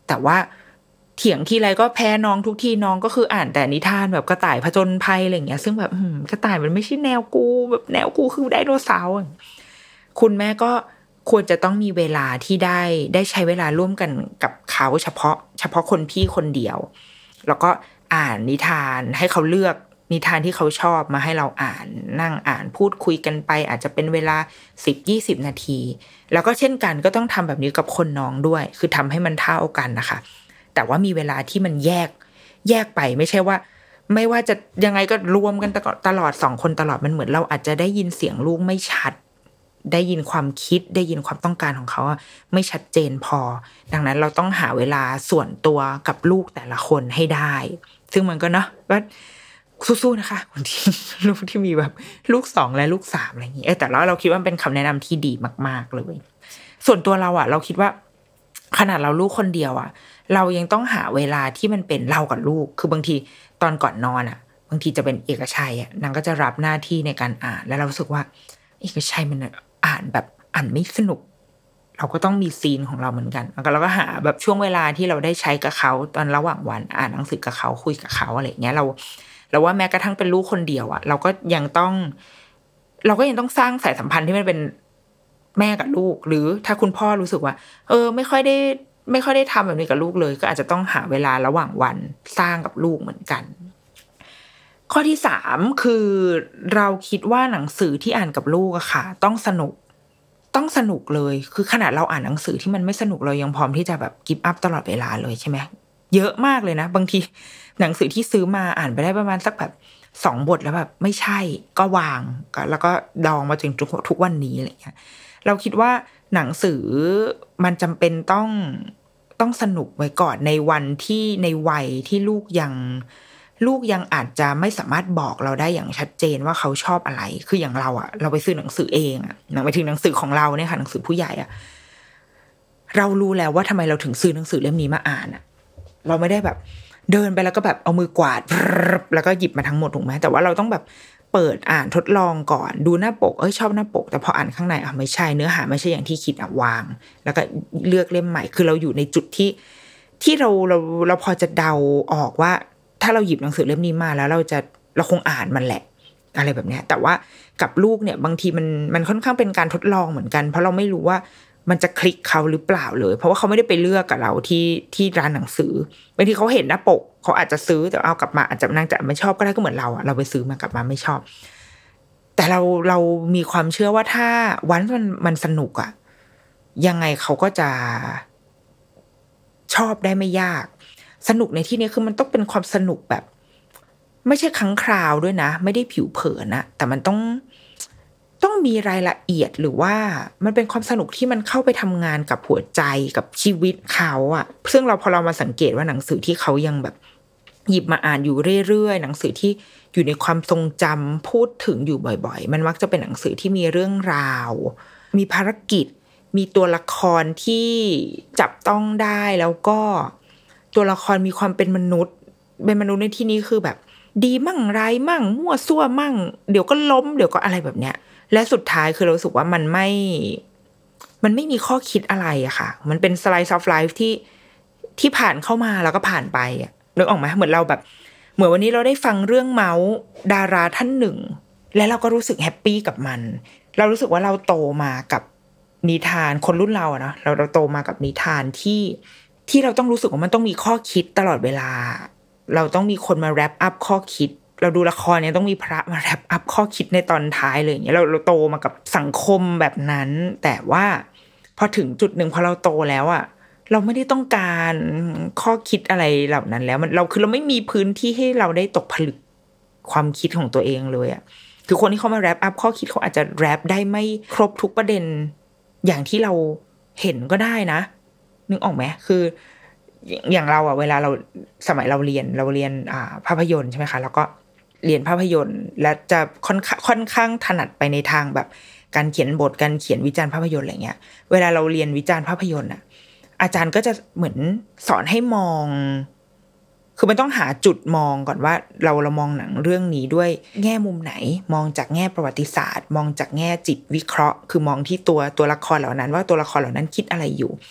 แต่ว่าเถียงทีไรก็แพ้น้องทุกทีน้องก็คืออ่านแต่นิทานแบบกระต่ายผจญภัยอะไรอย่างเงี้ยซึ่งแบบกระต่ายมันไม่ใช่แนวกูแบบแนวกูคือไดโนเสาร์คุณแม่ก็ควรจะต้องมีเวลาที่ได้ได้ใช้เวลาร่วมกันกับเขาเฉพาะเฉพาะคนพี่คนเดียวแล้วก็อ่านนิทานให้เขาเลือกนิทานที่เขาชอบมาให้เราอ่านนั่งอ่านพูดคุยกันไปอาจจะเป็นเวลา สิบถึงยี่สิบ นาทีแล้วก็เช่นกันก็ต้องทำแบบนี้กับคนน้องด้วยคือทำให้มันเท่ากันนะคะแต่ว่ามีเวลาที่มันแยกแยกไปไม่ใช่ว่าไม่ว่าจะยังไงก็รวมกันตลอดสองคนตลอดมันเหมือนเราอาจจะได้ยินเสียงลูกไม่ชัดได้ยินความคิดได้ยินความต้องการของเขาไม่ชัดเจนพอดังนั้นเราต้องหาเวลาส่วนตัวกับลูกแต่ละคนให้ได้ซึ่งมันก็เนาะว่าสู้ๆนะคะคนที่ลูกที่มีแบบลูกสองและลูกสามอะไรอย่างนี้แต่แล้วเราคิดว่าเป็นคำแนะนำที่ดีมากๆเลยส่วนตัวเราอ่ะเราคิดว่าขนาดเราลูกคนเดียวอ่ะเรายังต้องหาเวลาที่มันเป็นเรากับลูกคือบางทีตอนก่อนนอนอ่ะบางทีจะเป็นเอกชัยอ่ะนางก็จะรับหน้าที่ในการอ่านแล้วเรารู้สึกว่าเอกชัยมันอ่านแบบอ่านไม่สนุกเราก็ต้องมีซีนของเราเหมือนกันแล้วก็เราก็หาแบบช่วงเวลาที่เราได้ใช้กับเขาตอนระหว่างวันอ่านหนังสือกับเขาคุยกับเขาอะไรอย่างเงี้ยเราเราว่าแม้กระทั่งเป็นลูกคนเดียวอ่ะเราก็ยังต้องเราก็ยังต้องสร้างสายสัมพันธ์ที่มันเป็นแม่กับลูกหรือถ้าคุณพ่อรู้สึกว่าเออไม่ค่อยได้ไม่ค่อยได้ทำแบบนี้กับลูกเลยก็อาจจะต้องหาเวลาระหว่างวันสร้างกับลูกเหมือนกันข้อที่สามคือเราคิดว่าหนังสือที่อ่านกับลูกอะค่ะต้องสนุกต้องสนุกเลยคือขนาดเราอ่านหนังสือที่มันไม่สนุกเรายังพร้อมที่จะแบบกิฟต์อัพตลอดเวลาเลยใช่ไหมเยอะมากเลยนะบางทีหนังสือที่ซื้อมาอ่านไปได้ประมาณสักแบบสองบทแล้วแบบไม่ใช่ก็วางแล้วก็ดองมาจนทุกวันนี้อะไรอย่างเงี้ยเราคิดว่าหนังสือมันจำเป็นต้องต้องสนุกไว้ก่อนในวันที่ในวัยที่ลูกยังลูกยังอาจจะไม่สามารถบอกเราได้อย่างชัดเจนว่าเขาชอบอะไรคืออย่างเราอะเราไปซื้อหนังสือเองอะหนังไปถึงหนังสือของเราเนี่ยค่ะหนังสือผู้ใหญ่อะเรารู้แล้วว่าทำไมเราถึงซื้อหนังสือเล่มนี้มาอ่านอะเราไม่ได้แบบเดินไปแล้วก็แบบเอามือกวาดแล้วก็หยิบมาทั้งหมดถูกไหมแต่ว่าเราต้องแบบเปิดอ่านทดลองก่อนดูหน้าปกเอ้ยชอบหน้าปกแต่พออ่านข้างในอ่ะไม่ใช่เนื้อหาไม่ใช่อย่างที่คิดอ่ะวางแล้วก็เลือกเล่มใหม่คือเราอยู่ในจุดที่ที่เราเราเราพอจะเดาออกว่าถ้าเราหยิบหนังสือเล่มนี้มาแล้วเราจะเราคงอ่านมันแหละอะไรแบบนี้แต่ว่ากับลูกเนี่ยบางทีมันมันค่อนข้างเป็นการทดลองเหมือนกันเพราะเราไม่รู้ว่ามันจะคลิกเขาหรือเปล่าเลยเพราะว่าเขาไม่ได้ไปเลือกกับเราที่ที่ร้านหนังสือบางทีเขาเห็นหน้าปกเขาอาจจะซื้อแต่เอากลับมาอาจจะนางจะไม่ชอบก็ได้ก็เหมือนเราอะเราไปซื้อมากลับมาไม่ชอบแต่เราเรามีความเชื่อว่าถ้าวันมันมันสนุกอะยังไงเขาก็จะชอบได้ไม่ยากสนุกในที่นี้คือมันต้องเป็นความสนุกแบบไม่ใช่ครั้งคราวด้วยนะไม่ได้ผิวเผินนะแต่มันต้องต้องมีรายละเอียดหรือว่ามันเป็นความสนุกที่มันเข้าไปทำงานกับหัวใจกับชีวิตเขาอะซึ่งเราพอเรามาสังเกตว่าหนังสือที่เขายังแบบหยิบมาอ่านอยู่เรื่อยๆหนังสือที่อยู่ในความทรงจำพูดถึงอยู่บ่อยๆมันมักจะเป็นหนังสือที่มีเรื่องราวมีภารกิจมีตัวละครที่จับต้องได้แล้วก็ตัวละครมีความเป็นมนุษย์เป็นมนุษย์ในที่นี้คือแบบดีมั่งร้ายมั่งมั่วซั่วมั่งเดี๋ยวก็ล้มเดี๋ยวก็อะไรแบบเนี้ยและสุดท้ายคือเรารู้สึกว่ามันไม่มันไม่มีข้อคิดอะไรอะค่ะมันเป็น slice of life ที่ที่ผ่านเข้ามาแล้วก็ผ่านไปอะนึกออกไหมเหมือนเราแบบเหมือนวันนี้เราได้ฟังเรื่องเมาส์ดาราท่านหนึ่งและเราก็รู้สึกแฮปปี้กับมันเรารู้สึกว่าเราโตมากับนิทานคนรุ่นเราอะเนาะเราเราโตมากับนิทานที่ที่เราต้องรู้สึกว่ามันต้องมีข้อคิดตลอดเวลาเราต้องมีคนมาแรปอัพข้อคิดเราดูละครเนี่ยต้องมีพระมาแรปอัพข้อคิดในตอนท้ายเลยอย่างเงี้ยเราเราโตมากับสังคมแบบนั้นแต่ว่าพอถึงจุดหนึ่งพอเราโตแล้วอะเราไม่ได้ต้องการข้อคิดอะไรเหล่านั้นแล้วมันเราคือเราไม่มีพื้นที่ให้เราได้ตกผลึกความคิดของตัวเองเลยอะคือคนที่เขามาแรปอัพข้อคิดเขาอาจจะแรปได้ไม่ครบทุกประเด็นอย่างที่เราเห็นก็ได้นะนึกออกไหมคืออย่างเราอะเวลาเราสมัยเราเรียนเราเรียนอ่าภาพยนตร์ใช่ไหมคะแล้วก็เรียนภาพยนตร์และจะค่อนค่อนข้างถนัดไปในทางแบบการเขียนบทการเขียนวิจารณ์ภาพยนตร์อะไรเงี้ยเวลาเราเรียนวิจารณ์ภาพยนตร์อะอาจารย์ก็จะเหมือนสอนให้มองคือมันต้องหาจุดมองก่อนว่าเราเรามองหนังเรื่องนี้ด้วยแง่มุมไหนมองจากแง่ประวัติศาสตร์มองจากแง่จิตวิเคราะห์คือมองที่ตัวตัวละครเหล่านั้นว่าตัวละครเหล่านั้นคิดอะไรอยู่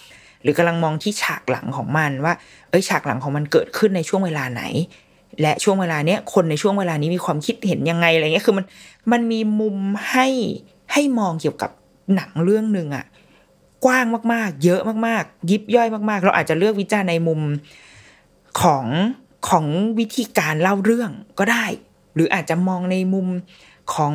หรือกำลังมองที่ฉากหลังของมันว่าเอ้ยฉากหลังของมันเกิดขึ้นในช่วงเวลาไหนและช่วงเวลาเนี้ยคนในช่วงเวลานี้มีความคิดเห็นยังไงอะไรเงี้ยคือมันมันมีมุมให้ให้มองเกี่ยวกับหนังเรื่องนึงอ่ะกว้างมากๆเยอะมากๆยิบย่อยมากๆเราอาจจะเลือกวิจารณ์ในมุมของของวิธีการเล่าเรื่องก็ได้หรืออาจจะมองในมุมของ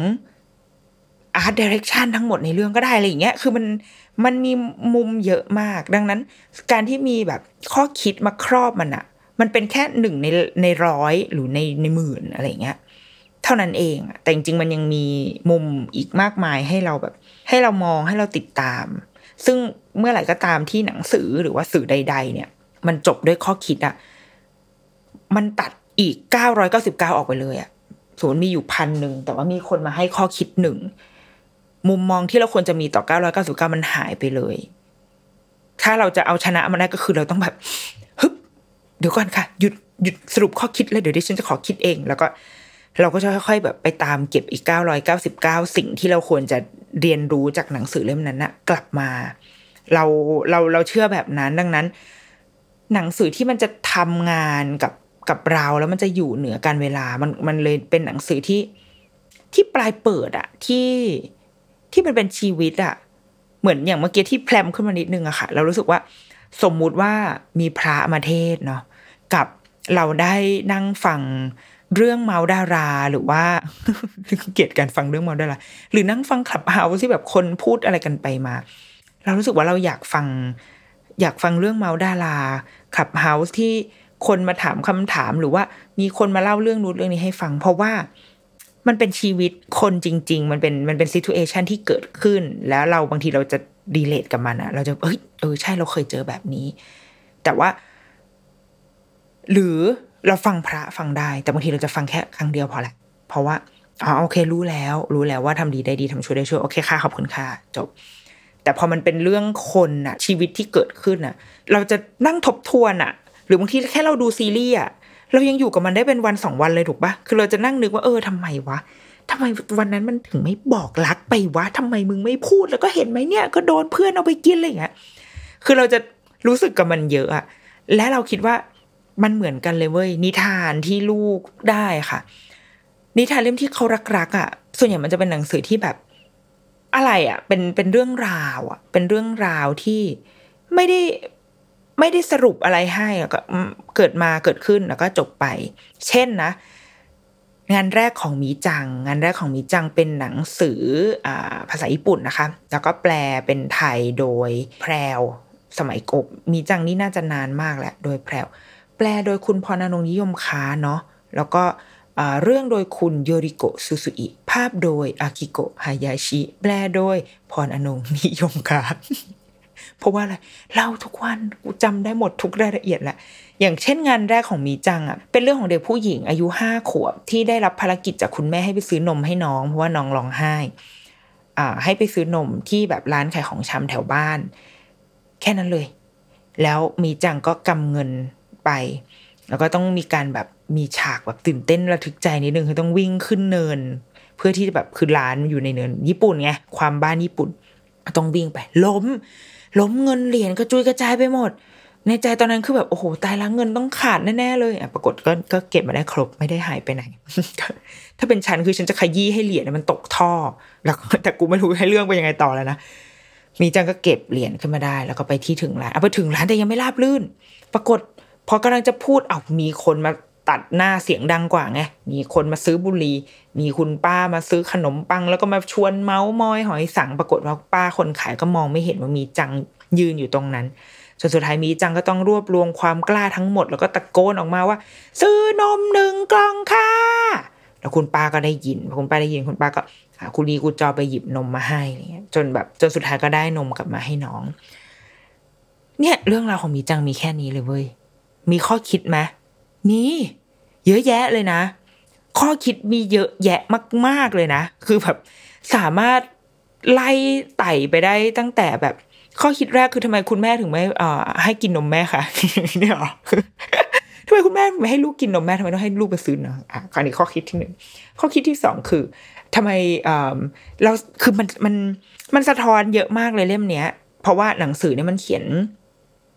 art direction ทั้งหมดในเรื่องก็ได้อะไรอย่างเงี้ยคือมันมันมีมุมเยอะมากดังนั้นการที่มีแบบข้อคิดมาครอบมันอะมันเป็นแค่หนึ่งในในร้อยหรือในในหมื่นอะไรอย่างเงี้ยเท่านั้นเองแต่จริงๆมันยังมีมุมอีกมากมายให้เราแบบให้เรามองให้เราติดตามซึ่งเมื่อไหร่ก็ตามที่หนังสือหรือว่าสื่อใดๆเนี่ยมันจบด้วยข้อคิดอะมันตัดอีกเก้าร้อยเก้าสิบเก้าออกไปเลยอะสมมติมีอยู่พันหนึ่งแต่ว่ามีคนมาให้ข้อคิดหนึ่งมุมมองที่เราควรจะมีต่อเก้าร้อยเก้าสิบเก้ามันหายไปเลยถ้าเราจะเอาชนะมันได้ก็คือเราต้องแบบฮึบเดี๋ยวก่อนค่ะหยุดหยุดสรุปข้อคิดแล้วเดี๋ยวดิฉันจะขอคิดเองแล้วก็เราก็จะค่อยๆแบบไปตามเก็บอีกเก้าร้อยเก้าสิบเก้าสิ่งที่เราควรจะเรียนรู้จากหนังสือเล่มนั้นนะกลับมาเราเราเราเชื่อแบบนั้นดังนั้นหนังสือที่มันจะทำงานกับกับเราแล้วมันจะอยู่เหนือการเวลามันมันเลยเป็นหนังสือที่ที่ปลายเปิดอะที่ที่มันเป็นชีวิตอะเหมือนอย่างเมื่อกี้ที่แพรมขึ้นมานิดนึงอะค่ะเรารู้สึกว่าสมมุติว่ามีพระมาเทศเนาะกับเราได้นั่งฟังเรื่องเมาดาราหรือว่า เกลียดการฟังเรื่องเมาดาราหรือนั่งฟังคลับเฮาส์ที่แบบคนพูดอะไรกันไปมาเรารู้สึกว่าเราอยากฟังอยากฟังเรื่องเมาดาราคลับเฮาส์ที่คนมาถามคำถามหรือว่ามีคนมาเล่าเรื่องนู้นเรื่องนี้ให้ฟังเพราะว่ามันเป็นชีวิตคนจริงๆมันเป็นมันเป็นซิทูเอชันที่เกิดขึ้นแล้วเราบางทีเราจะรีเลทกับมันอะเราจะเอ้ยเออใช่เราเคยเจอแบบนี้แต่ว่าหรือเราฟังพระฟังได้แต่บางทีเราจะฟังแค่ครั้งเดียวพอแหละเพราะว่าอ๋อโอเครู้แล้วรู้แล้วว่าทำดีได้ดีทำชั่วได้ชั่วโอเคค่ะขอบคุณค่ะจบแต่พอมันเป็นเรื่องคนอะชีวิตที่เกิดขึ้นอะเราจะนั่งทบทวนอะหรือบางทีแค่เราดูซีรีส์อะเรายังอยู่กับมันได้เป็นวันสองวันเลยถูกปะคือเราจะนั่งนึกว่าเออทำไมวะทำไมวันนั้นมันถึงไม่บอกรักไปวะทำไมมึงไม่พูดแล้วก็เห็นไหมเนี่ยก็โดนเพื่อนเอาไปกินอะไรอย่างเงี้ยคือเราจะรู้สึกกับมันเยอะอะและเราคิดว่ามันเหมือนกันเลยเว้ยนิทานที่ลูกได้ค่ะนิทานเล่มที่เขารักๆอ่ะส่วนใหญ่มันจะเป็นหนังสือที่แบบอะไรอ่ะเป็นเป็นเรื่องราวอ่ะเป็นเรื่องราวที่ไม่ได้ไม่ได้สรุปอะไรให้แล้วก็เกิดมาเกิดขึ้นแล้วก็จบไปเช่นนะงานแรกของมีจังงานแรกของมีจังเป็นหนังสืออ่าภาษาญี่ปุ่นนะคะแล้วก็แปลเป็นไทยโดยแพรวสมัยกบมีจังนี่น่าจะนานมากแหละโดยแพรวแปลโดยคุณพรอนงค์นิยมค้าเนาะแล้วก็เรื่องโดยคุณโยริโกะซูซุอิภาพโดยอากิโกะฮายาชิแปลโดยพรอนงค์นิยมค้า เพราะว่าอะไรเล่าทุกวันกูจำได้หมดทุกรายละเอียดแหละอย่างเช่นงานแรกของมีจังอ่ะเป็นเรื่องของเด็กผู้หญิงอายุห้าขวบที่ได้รับภารกิจจากคุณแม่ให้ไปซื้อนมให้น้องเพราะว่าน้องร้องไห้อ่าให้ไปซื้อนมที่แบบร้านขายของชำแถวบ้านแค่นั้นเลยแล้วมีจังก็กำเงินไปแล้วก็ต้องมีการแบบมีฉากแบบตื่นเต้นระทึกใจนิดนึงคือต้องวิ่งขึ้นเนินเพื่อที่จะแบบคือร้านอยู่ในเนินญี่ปุ่นไงความบ้านญี่ปุ่นต้องวิ่งไปล้มล้มเงินเหรียญกระจุยกระจายไปหมดในใจตอนนั้นคือแบบโอ้โหตายแล้วเงินต้องขาดแน่ๆเลยอ่ะปรากฏก็ก็เก็บมาได้ครบไม่ได้หายไปไหน ถ้าเป็นฉันคือฉันจะขยี้ให้เหรียญมันตกท่อแล้วแต่กูไม่รู้ให้เรื่องไปยังไงต่อแล้วนะมีจังก็เก็บเหรียญขึ้นมาได้แล้วก็ไปที่ถึงร้านเอาไปถึงร้านแต่ยังไม่ราบรื่นปรากฏพอกำลังจะพูดเอ้ามีคนมาตัดหน้าเสียงดังกว่าไงมีคนมาซื้อบุหรี่มีคุณป้ามาซื้อขนมปังแล้วก็มาชวนเม้ามอยหอยสังปรากฏว่าป้าคนขายก็มองไม่เห็นว่ามีจังยืนอยู่ตรงนั้นจนสุดท้ายมีจังก็ต้องรวบรวมความกล้าทั้งหมดแล้วก็ตะโกนออกมาว่าซื้อนมหนึ่งกล่องค่ะแล้วคุณป้าก็ได้ยินคุณป้าได้ยินคุณป้าก็คุณดีกูจอไปหยิบนมมาให้อะไรเงี้ยจนแบบจนสุดท้ายก็ได้นมกลับมาให้น้องเนี่ยเรื่องราวของมีจังมีแค่นี้เลยเว้ยมีข้อคิดไหมมีเยอะแยะเลยนะข้อคิดมีเยอะแยะมากๆเลยนะคือแบบสามารถไล่ไต่ไปได้ตั้งแต่แบบข้อคิดแรกคือทำไมคุณแม่ถึงไม่เอ่อให้กินนมแม่คะเนี่ยหรอทำไมคุณแม่ไม่ให้ลูกกินนมแม่ทำไมต้องให้ลูกไปซื้อเนาะอ่ะอันนี้ข้อคิดที่หนึ่งข้อคิดที่สองคือทำไมเอ่อเราคือมันมันมันสะท้อนเยอะมากเลยเล่มเนี้ยเพราะว่าหนังสือเนี่ยมันเขียน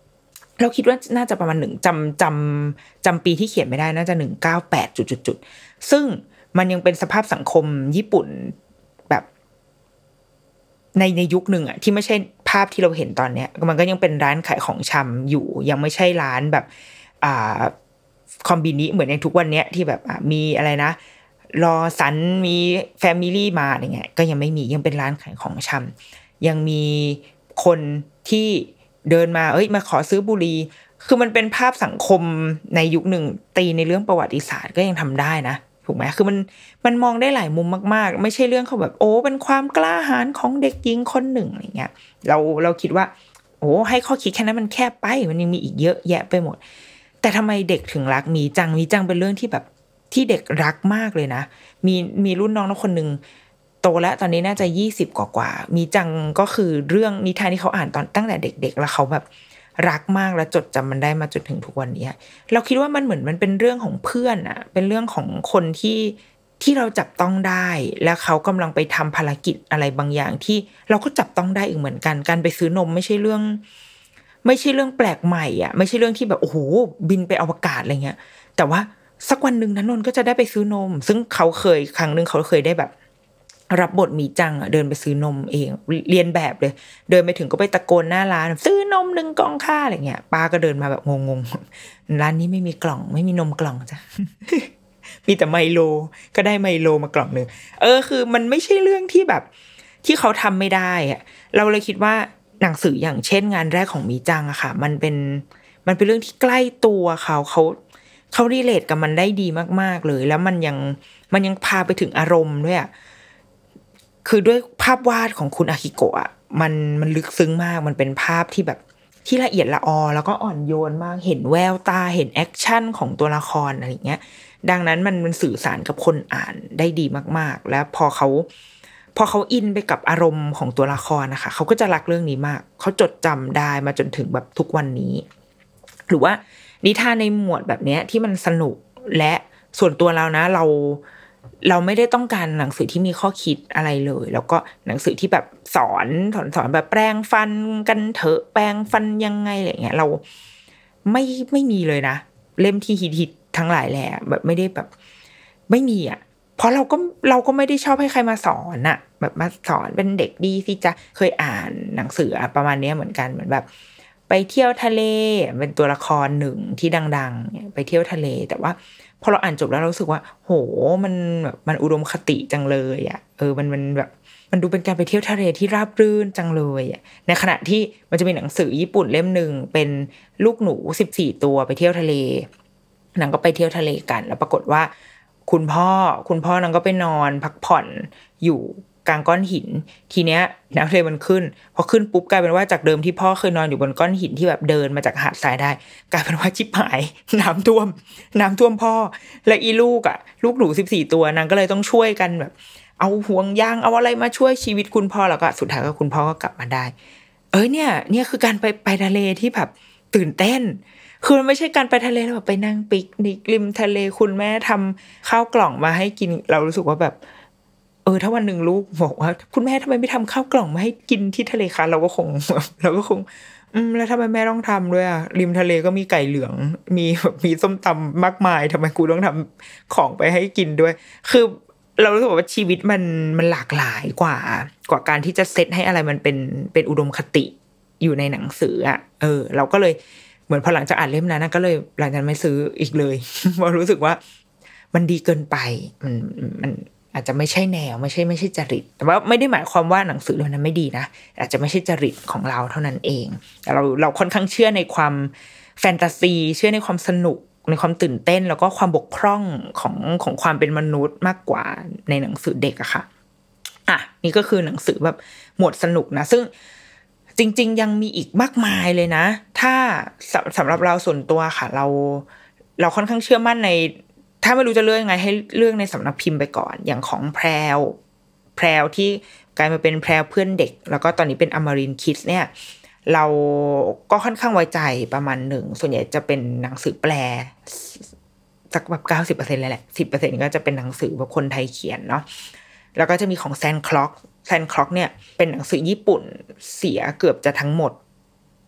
เราคิดว่าน่าจะประมาณหนึ่งจำจำจำปีที่เขียนไม่ได้น่าจะหนึ่งเก้าแปดจุดๆๆซึ่งมันยังเป็นสภาพสังคมญี่ปุ่นแบบในในยุคหนึ่งอะที่ไม่ใช่ภาพที่เราเห็นตอนเนี้ยมันก็ยังเป็นร้านขายของชำอยู่ยังไม่ใช่ร้านแบบอ่าคอมบินิเหมือนในทุกวันเนี้ยที่แบบมีอะไรนะรอสันมีแฟมิลี่มาอะไรเงี้ยก็ยังไม่มียังเป็นร้านขายของชำยังมีคนที่เดินมาเอ้ยมาขอซื้อบุหรี่คือมันเป็นภาพสังคมในยุคหนึ่งตีในเรื่องประวัติศาสตร์ก็ยังทำได้นะถูกไหมคือมันมันมองได้หลายมุมมากๆไม่ใช่เรื่องเขาแบบโอ้เป็นความกล้าหาญของเด็กหญิงคนหนึ่งอะไรเงี้ยเราเราคิดว่าโอ้ให้ข้อคิดแค่นั้นมันแคบไปมันยังมีอีกเยอะแยะไปหมดแต่ทำไมเด็กถึงรักมีจังมีจังเป็นเรื่องที่แบบที่เด็กรักมากเลยนะมีมีรุ่นน้องคนนึงโตแล้วตอนนี้น่าจะยี่สิบกว่าๆมีจังก็คือเรื่องนิทานที่เขาอ่านตอนตั้งแต่เด็กๆแล้วเขาแบบรักมากและจดจำมันได้มาจนถึงทุกวันนี้เราคิดว่ามันเหมือนมันเป็นเรื่องของเพื่อนอะเป็นเรื่องของคนที่ที่เราจับต้องได้และเขากำลังไปทำภารกิจอะไรบางอย่างที่เราก็จับต้องได้อีกเหมือนกันการไปซื้อนมไม่ใช่เรื่องไม่ใช่เรื่องแปลกใหม่อ่ะไม่ใช่เรื่องที่แบบโอ้โหบินไปอวกาศอะไรเงี้ยแต่ว่าสักวันนึงนะนนท์ก็จะได้ไปซื้อนมซึ่งเขาเคยครั้งนึงเขาเคยได้แบบรับบทมีจังอ่ะเดินไปซื้อนมเองเรียนแบบเลยเดินไปถึงก็ไปตะโกนหน้าร้านซื้อนมหนึ่งกล่องค่ะอะไรเงี้ยป้าก็เดินมาแบบงงๆร้านนี้ไม่มีกล่องไม่มีนมกล่องจ้ะ มีแต่ไมโลก็ได้ไมโลมากล่องนึงเออคือมันไม่ใช่เรื่องที่แบบที่เขาทำไม่ได้อ่ะเราเลยคิดว่าหนังสืออย่างเช่นงานแรกของมีจังอะค่ะมันเป็นมันเป็นเรื่องที่ใกล้ตัวเขาเขาเขารีเลทกับมันได้ดีมากๆเลยแล้วมันยังมันยังพาไปถึงอารมณ์ด้วยอะคือด้วยภาพวาดของคุณอากิโกะอ่ะมันมันลึกซึ้งมากมันเป็นภาพที่แบบที่ละเอียดละออแล้วก็อ่อนโยนมากเห็นแววตาเห็นแอคชั่นของตัวละครอะไรอย่างเงี้ยดังนั้นมันมันสื่อสารกับคนอ่านได้ดีมากๆแล้วพอเขาพอเขาอินไปกับอารมณ์ของตัวละครนะคะเขาก็จะรักเรื่องนี้มากเขาจดจำได้มาจนถึงแบบทุกวันนี้หรือว่านิทานในหมวดแบบนี้ที่มันสนุกและส่วนตัวเรานะเราเราไม่ได้ต้องการหนังสือที่มีข้อคิดอะไรเลยแล้วก็หนังสือที่แบบสอนสอนสอนแบบแปรงฟันกันเถอะแปรงฟันยังไงอะไรเงี้ยเราไม่ไม่มีเลยนะเล่มที่ฮิตๆทั้งหลายแหละแบบไม่ได้แบบไม่มีอ่ะเพราะเราก็เราก็ไม่ได้ชอบให้ใครมาสอนอ่ะแบบมาสอนเป็นเด็กดีสิจ๊ะเคยอ่านหนังสือประมาณนี้เหมือนกันเหมือนแบบไปเที่ยวทะเลเป็นตัวละครหนึ่งที่ดังๆไปเที่ยวทะเลแต่ว่าพอเราอ่านจบแล้วเรารู้สึกว่าโหมันแบบมันอุดมคติจังเลยอ่ะเออมันมันแบบมันดูเป็นการไปเที่ยวทะเลที่ราบรื่นจังเลยอ่ะในขณะที่มันจะมีหนังสือญี่ปุ่นเล่มนึงเป็นลูกหนูสิบสี่ตัวไปเที่ยวทะเลนางก็ไปเที่ยวทะเลกันแล้วปรากฏว่าคุณพ่อคุณพ่อนางก็ไปนอนพักผ่อนอยู่กลางก้อนหินทีเนี้ยน้ำทะเลมันขึ้นพอขึ้นปุ๊บกลายเป็นว่าจากเดิมที่พ่อเคยนอนอยู่บนก้อนหินที่แบบเดินมาจากหาดทรายได้กลายเป็นว่าชิบหายน้ำท่วมน้ำท่วมพ่อและอีลูกอ่ะลูกหนูสิบสี่ตัวนางก็เลยต้องช่วยกันแบบเอาห่วงยางเอาอะไรมาช่วยชีวิตคุณพ่อแล้วก็สุดท้ายก็คุณพ่อก็กลับมาได้เอ้ยเนี่ยเนี่ยคือการไปไปทะเลที่แบบตื่นเต้นคือมันไม่ใช่การไปทะเลแล้วแบบไปนั่งปิกนิกริมทะเลคุณแม่ทำข้าวกล่องมาให้กินเรารู้สึกว่าแบบเออถ้าวันหนึ่งลูกบอกว่าคุณแม่ทำไมไม่ทำข้าวกล่องมาให้กินที่ทะเลคะเราก็คงเราก็คงอืมแล้วทำไมแม่ต้องทำด้วยอ่ะริมทะเลก็มีไก่เหลืองมีแบบมีส้มตำมากมายทำไมกูต้องทำของไปให้กินด้วยคือเรารู้สึกว่าชีวิตมันมันหลากหลายกว่ากว่าการที่จะเซตให้อะไรมันเป็นเป็นอุดมคติอยู่ในหนังสืออ่ะเออเราก็เลยเหมือนพอหลังจากอ่านเล่มนั้นก็เลยหลังจากนั้นไม่ซื้ออีกเลยเพราะรู้สึกว่ามันดีเกินไปมันมันอาจจะไม่ใช่แนวไม่ใช่ไม่ใช่จริตแต่ว่าไม่ได้หมายความว่าหนังสือเล่มนั้นไม่ดีนะอาจจะไม่ใช่จริตของเราเท่านั้นเองแต่เราเราค่อนข้างเชื่อในความแฟนตาซีเชื่อในความสนุกในความตื่นเต้นแล้วก็ความบกพร่องของของความเป็นมนุษย์มากกว่าในหนังสือเด็กอะค่ะอ่ะนี่ก็คือหนังสือแบบหมวดสนุกนะซึ่งจริงๆยังมีอีกมากมายเลยนะถ้าสำหรับเราส่วนตัวค่ะเราเราค่อนข้างเชื่อมั่นในถ้าไม่รู้จะเลือกยังไงให้เลือกในสำนักพิมพ์ไปก่อนอย่างของแพรวแพรวที่กลายมาเป็นแพรวเพื่อนเด็กแล้วก็ตอนนี้เป็นอมรินทร์คิดเนี่ยเราก็ค่อนข้างไว้ใจประมาณหนึ่งส่วนใหญ่จะเป็นหนังสือแปลสักแบบ เก้าสิบเปอร์เซ็นต์ เลยแหละ สิบเปอร์เซ็นต์ ก็จะเป็นหนังสือแบบคนไทยเขียนเนาะแล้วก็จะมีของแซนคล็อกแซนคล็อกเนี่ยเป็นหนังสือญี่ปุ่นเสียเกือบจะทั้งหมด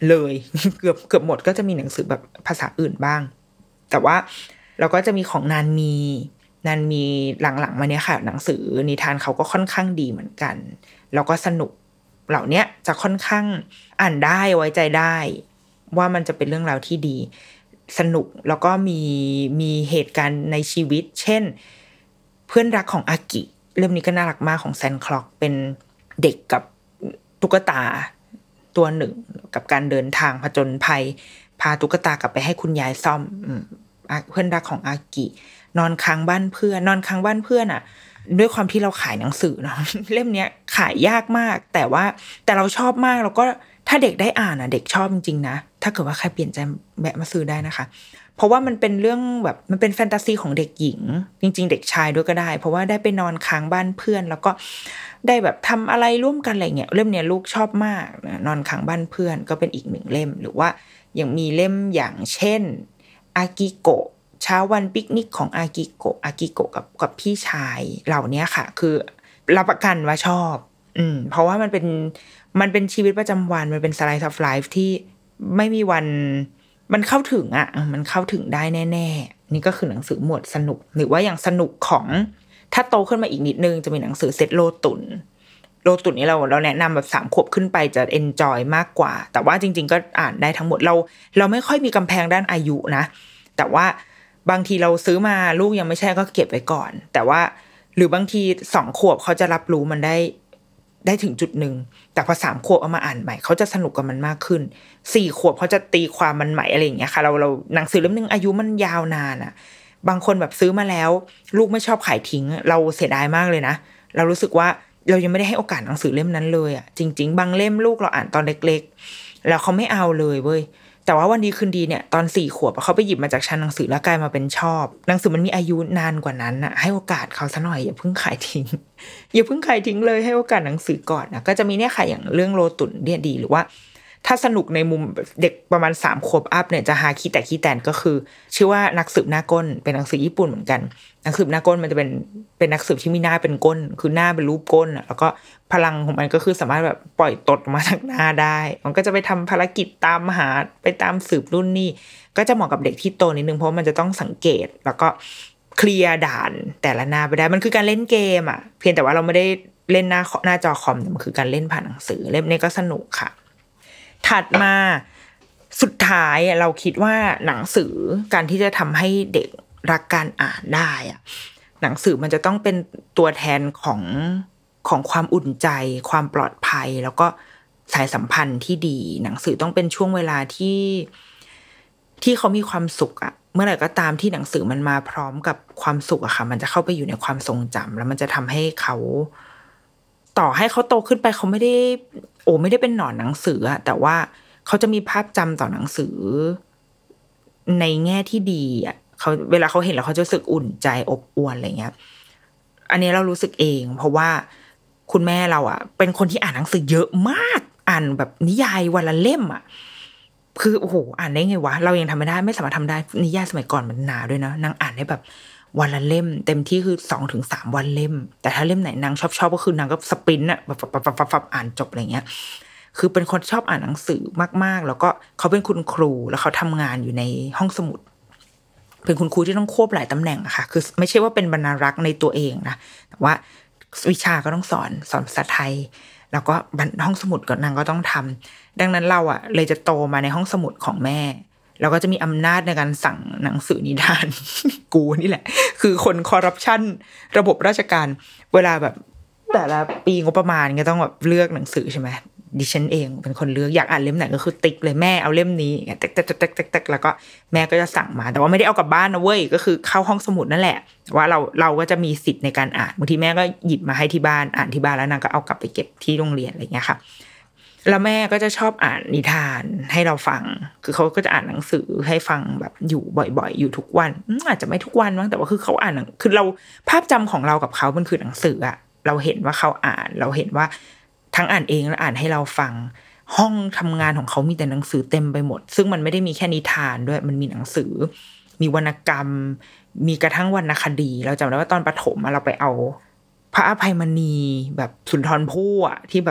เลย เกือบเกือบหมดก็จะมีหนังสือแบบภาษาอื่นบ้างแต่ว่าเราก็จะมีของนานมีนานมีหลังๆมาเนี้ยค่ะหนังสือนิทานเขาก็ค่อนข้างดีเหมือนกันแล้วก็สนุกเหล่านี้จะค่อนข้างอ่านได้ไว้ใจได้ว่ามันจะเป็นเรื่องราวที่ดีสนุกแล้วก็มีมีเหตุการณ์ในชีวิตเช่นเพื่อนรักของอากิเรื่องนี้ก็น่ารักมากของแซนคล็อกเป็นเด็กกับตุ๊กตาตัวหนึ่งกับการเดินทางผจญภัยพาตุ๊กตากลับไปให้คุณยายซ่อมเพื่อนรักของอากินอนค้างบ้านเพื่อนนอนค้างบ้านเพื่อนอ่ะด้วยความที่เราขายหนังสือเนาะ เล่มเนี้ยขายยากมากแต่ว่าแต่เราชอบมากแล้วก็ถ้าเด็กได้อ่านอ่ะเด็กชอบจริงๆนะถ้าเกิดว่าใครเปลี่ยนใจแวะมาซื้อได้นะคะเพราะว่ามันเป็นเรื่องแบบมันเป็นแฟนตาซีของเด็กหญิงจริงๆเด็กชายด้วยก็ได้เพราะว่าได้ไปนอนค้างบ้านเพื่อนแล้วก็ได้แบบทำอะไรร่วมกันอะไรเงี้ยเล่มเนี้ยลูกชอบมากนอนค้างบ้านเพื่อนก็เป็นอีกหนึ่งเล่มหรือว่ายังมีเล่มอย่างเช่นอากิโกะเช้าวันปิกนิกของอากิโกะอากิโกะกับกับพี่ชายเหล่านี้ค่ะคือรับประกันว่าชอบอืมเพราะว่ามันเป็นมันเป็นชีวิตประจำวันมันเป็น slice of life ที่ไม่มีวันมันเข้าถึงอ่ะมันเข้าถึงได้แน่ๆนี่ก็คือหนังสือหมวดสนุกหรือว่าอย่างสนุกของถ้าโตขึ้นมาอีกนิดนึงจะมีหนังสือเซตโลตุนโลตุนนี่เราเราแนะนำแบบสามขวบขึ้นไปจะ enjoy มากกว่าแต่ว่าจริงๆก็อ่านได้ทั้งหมดเราเราไม่ค่อยมีกำแพงด้านอายุนะแต่ว่าบางทีเราซื้อมาลูกยังไม่ใช่ก็เก็บไว้ก่อนแต่ว่าหรือบางทีสองขวบเขาจะรับรู้มันได้ได้ถึงจุดนึงแต่พอสามขวบเอามาอ่านใหม่เขาจะสนุกกับมันมากขึ้นสี่ขวบเขาจะตีความมันใหม่อะไรอย่างเงี้ยค่ะเราเราหนังสือเล่มนึงอายุมันยาวนานอ่ะบางคนแบบซื้อมาแล้วลูกไม่ชอบขายทิ้งเราเสียดายมากเลยนะเรารู้สึกว่าเรายังไม่ได้ให้โอกาสหนังสือเล่มนั้นเลยอ่ะจริงๆบางเล่มลูกเราอ่านตอนเล็กๆแล้วเขาไม่เอาเลยเว้ยแต่ว่าวันดีคืนดีเนี่ยตอนสี่ขวบเขาไปหยิบมาจากชั้นหนังสือแล้วกลายมาเป็นชอบหนังสือมันมีอายุนานกว่านั้นน่ะให้โอกาสเขาซะหน่อยอย่าเพิ่งขายทิ้งอย่าเพิ่งขายทิ้งเลยให้โอกาสหนังสือก่อนนะก็จะมีเนี่ยค่ะอย่างเรื่องโลตุนเนี่ยดีหรือว่าถ้าสนุกในมุมเด็กประมาณสามขวบอัพเนี่ยจะหาขี้แต่ขี้แตนก็คือชื่อว่านักสืบหน้าก้นเป็นหนังสือญี่ปุ่นเหมือนกันนักสืบหน้าก้นมันจะเป็นเป็นนักสืบที่มีหน้าเป็นก้นคือหน้าเป็นรูปก้นอ่ะแล้วก็พลังของมันก็คือสามารถแบบปล่อยตดมาจากหน้าได้มันก็จะไปทำภารกิจตามหาไปตามสืบรุ่นนี่ก็จะเหมาะกับเด็กที่โตนิดนึงเพราะมันจะต้องสังเกตแล้วก็เคลียร์ด่านแต่ละหน้าไปได้มันคือการเล่นเกมอ่ะเพียงแต่ว่าเราไม่ได้เล่นหน้าหน้าจอคอมแต่มันคือการเล่นผ่านหนังสือเล่มนี้ก็สนุกค่ะถัดมาสุดท้ายเราคิดว่าหนังสือการที่จะทำให้เด็กรักการอ่านได้อะหนังสือมันจะต้องเป็นตัวแทนของของความอุ่นใจความปลอดภัยแล้วก็สายสัมพันธ์ที่ดีหนังสือต้องเป็นช่วงเวลาที่ที่เขามีความสุขอะเมื่อไหร่ก็ตามที่หนังสือมันมาพร้อมกับความสุขอะค่ะมันจะเข้าไปอยู่ในความทรงจำแล้วมันจะทำให้เขาต่อให้เขาโตขึ้นไปเขาไม่ได้โอ้ไม่ได้เป็นหนอนหนังสืออะแต่ว่าเขาจะมีภาพจำต่อหนังสือในแง่ที่ดีอะเขาเวลาเขาเห็นแล้วเขาจะรู้สึกอุ่นใจอบอวลอะไรเงี้ยอันนี้เรารู้สึกเองเพราะว่าคุณแม่เราอะเป็นคนที่อ่านหนังสือเยอะมากอ่านแบบนิยายวันละเล่มอะคือโอ้โหอ่านได้ไงวะเรายังทำไม่ได้ไม่สามารถทำได้นิยายสมัยก่อนมันหนาด้วยนะนางอ่านได้แบบวันละเล่มเต็มที่คือ สองถึงสาม วันเล่มแต่ถ้าเล่มไหนนางชอบๆก็คือนางก็สปรินต์อ่ะแบบๆๆๆอ่านจบอะไรเงี้ยคือเป็นคนชอบอ่านหนังสือมากๆแล้วก็เขาเป็นคุณครูแล้วเขาทำงานอยู่ในห้องสมุดเป็นคุณครูที่ต้องควบหลายตำแหน่งอะค่ะคือไม่ใช่ว่าเป็นบรรณารักษ์ในตัวเองนะแต่ว่าวิชาก็ต้องสอนสอนภาษาไทยแล้วก็ห้องสมุดก็นางก็ต้องทำดังนั้นเราอะเลยจะโตมาในห้องสมุดของแม่เราก็จะมีอำนาจในการสั่งหนังสือนิทาน กูนี่แหละคือคนคอร์รัปชันระบบราชการเวลาแบบแต่ละปีงบประมาณก็ต้องแบบเลือกหนังสือใช่ไหมดิฉันเองเป็นคนเลือกอยากอ่านเล่มไหนก็คือติ๊กเลยแม่เอาเล่มนี้ติ๊กติ๊กติ๊กติ๊กติ๊กแล้วก็แม่ก็จะสั่งมาแต่ว่าไม่ได้เอากลับบ้านนะเว้ยก็คือเข้าห้องสมุดนั่นแหละว่าเราเราก็จะมีสิทธิ์ในการอ่านบางทีแม่ก็หยิบมาให้ที่บ้านอ่านที่บ้านแล้วนางก็เอากลับไปเก็บที่โรงเรียนอะไรอย่างเงี้ยค่ะแล้วแม่ก็จะชอบอ่านนิทานให้เราฟังคือเขาก็จะอ่านหนังสือให้ฟังแบบอยู่บ่อยๆอยู่ทุกวันอาจจะไม่ทุกวันมั้งแต่ว่าคือเขาอ่านคือเราภาพจำของเรากับเขามันคือหนังสืออะเราเห็นว่าเขาอ่านเราเห็นว่าทั้งอ่านเองและอ่านให้เราฟังห้องทำงานของเขามีแต่หนังสือเต็มไปหมดซึ่งมันไม่ได้มีแค่นิทานด้วยมันมีหนังสือมีวรรณกรรมมีกระทั่งวรรณคดีเราจำได้ว่าตอนประถมเราไปเอาพระอภัยมณีแบบสุนทรภู่อ่ะที่แบบ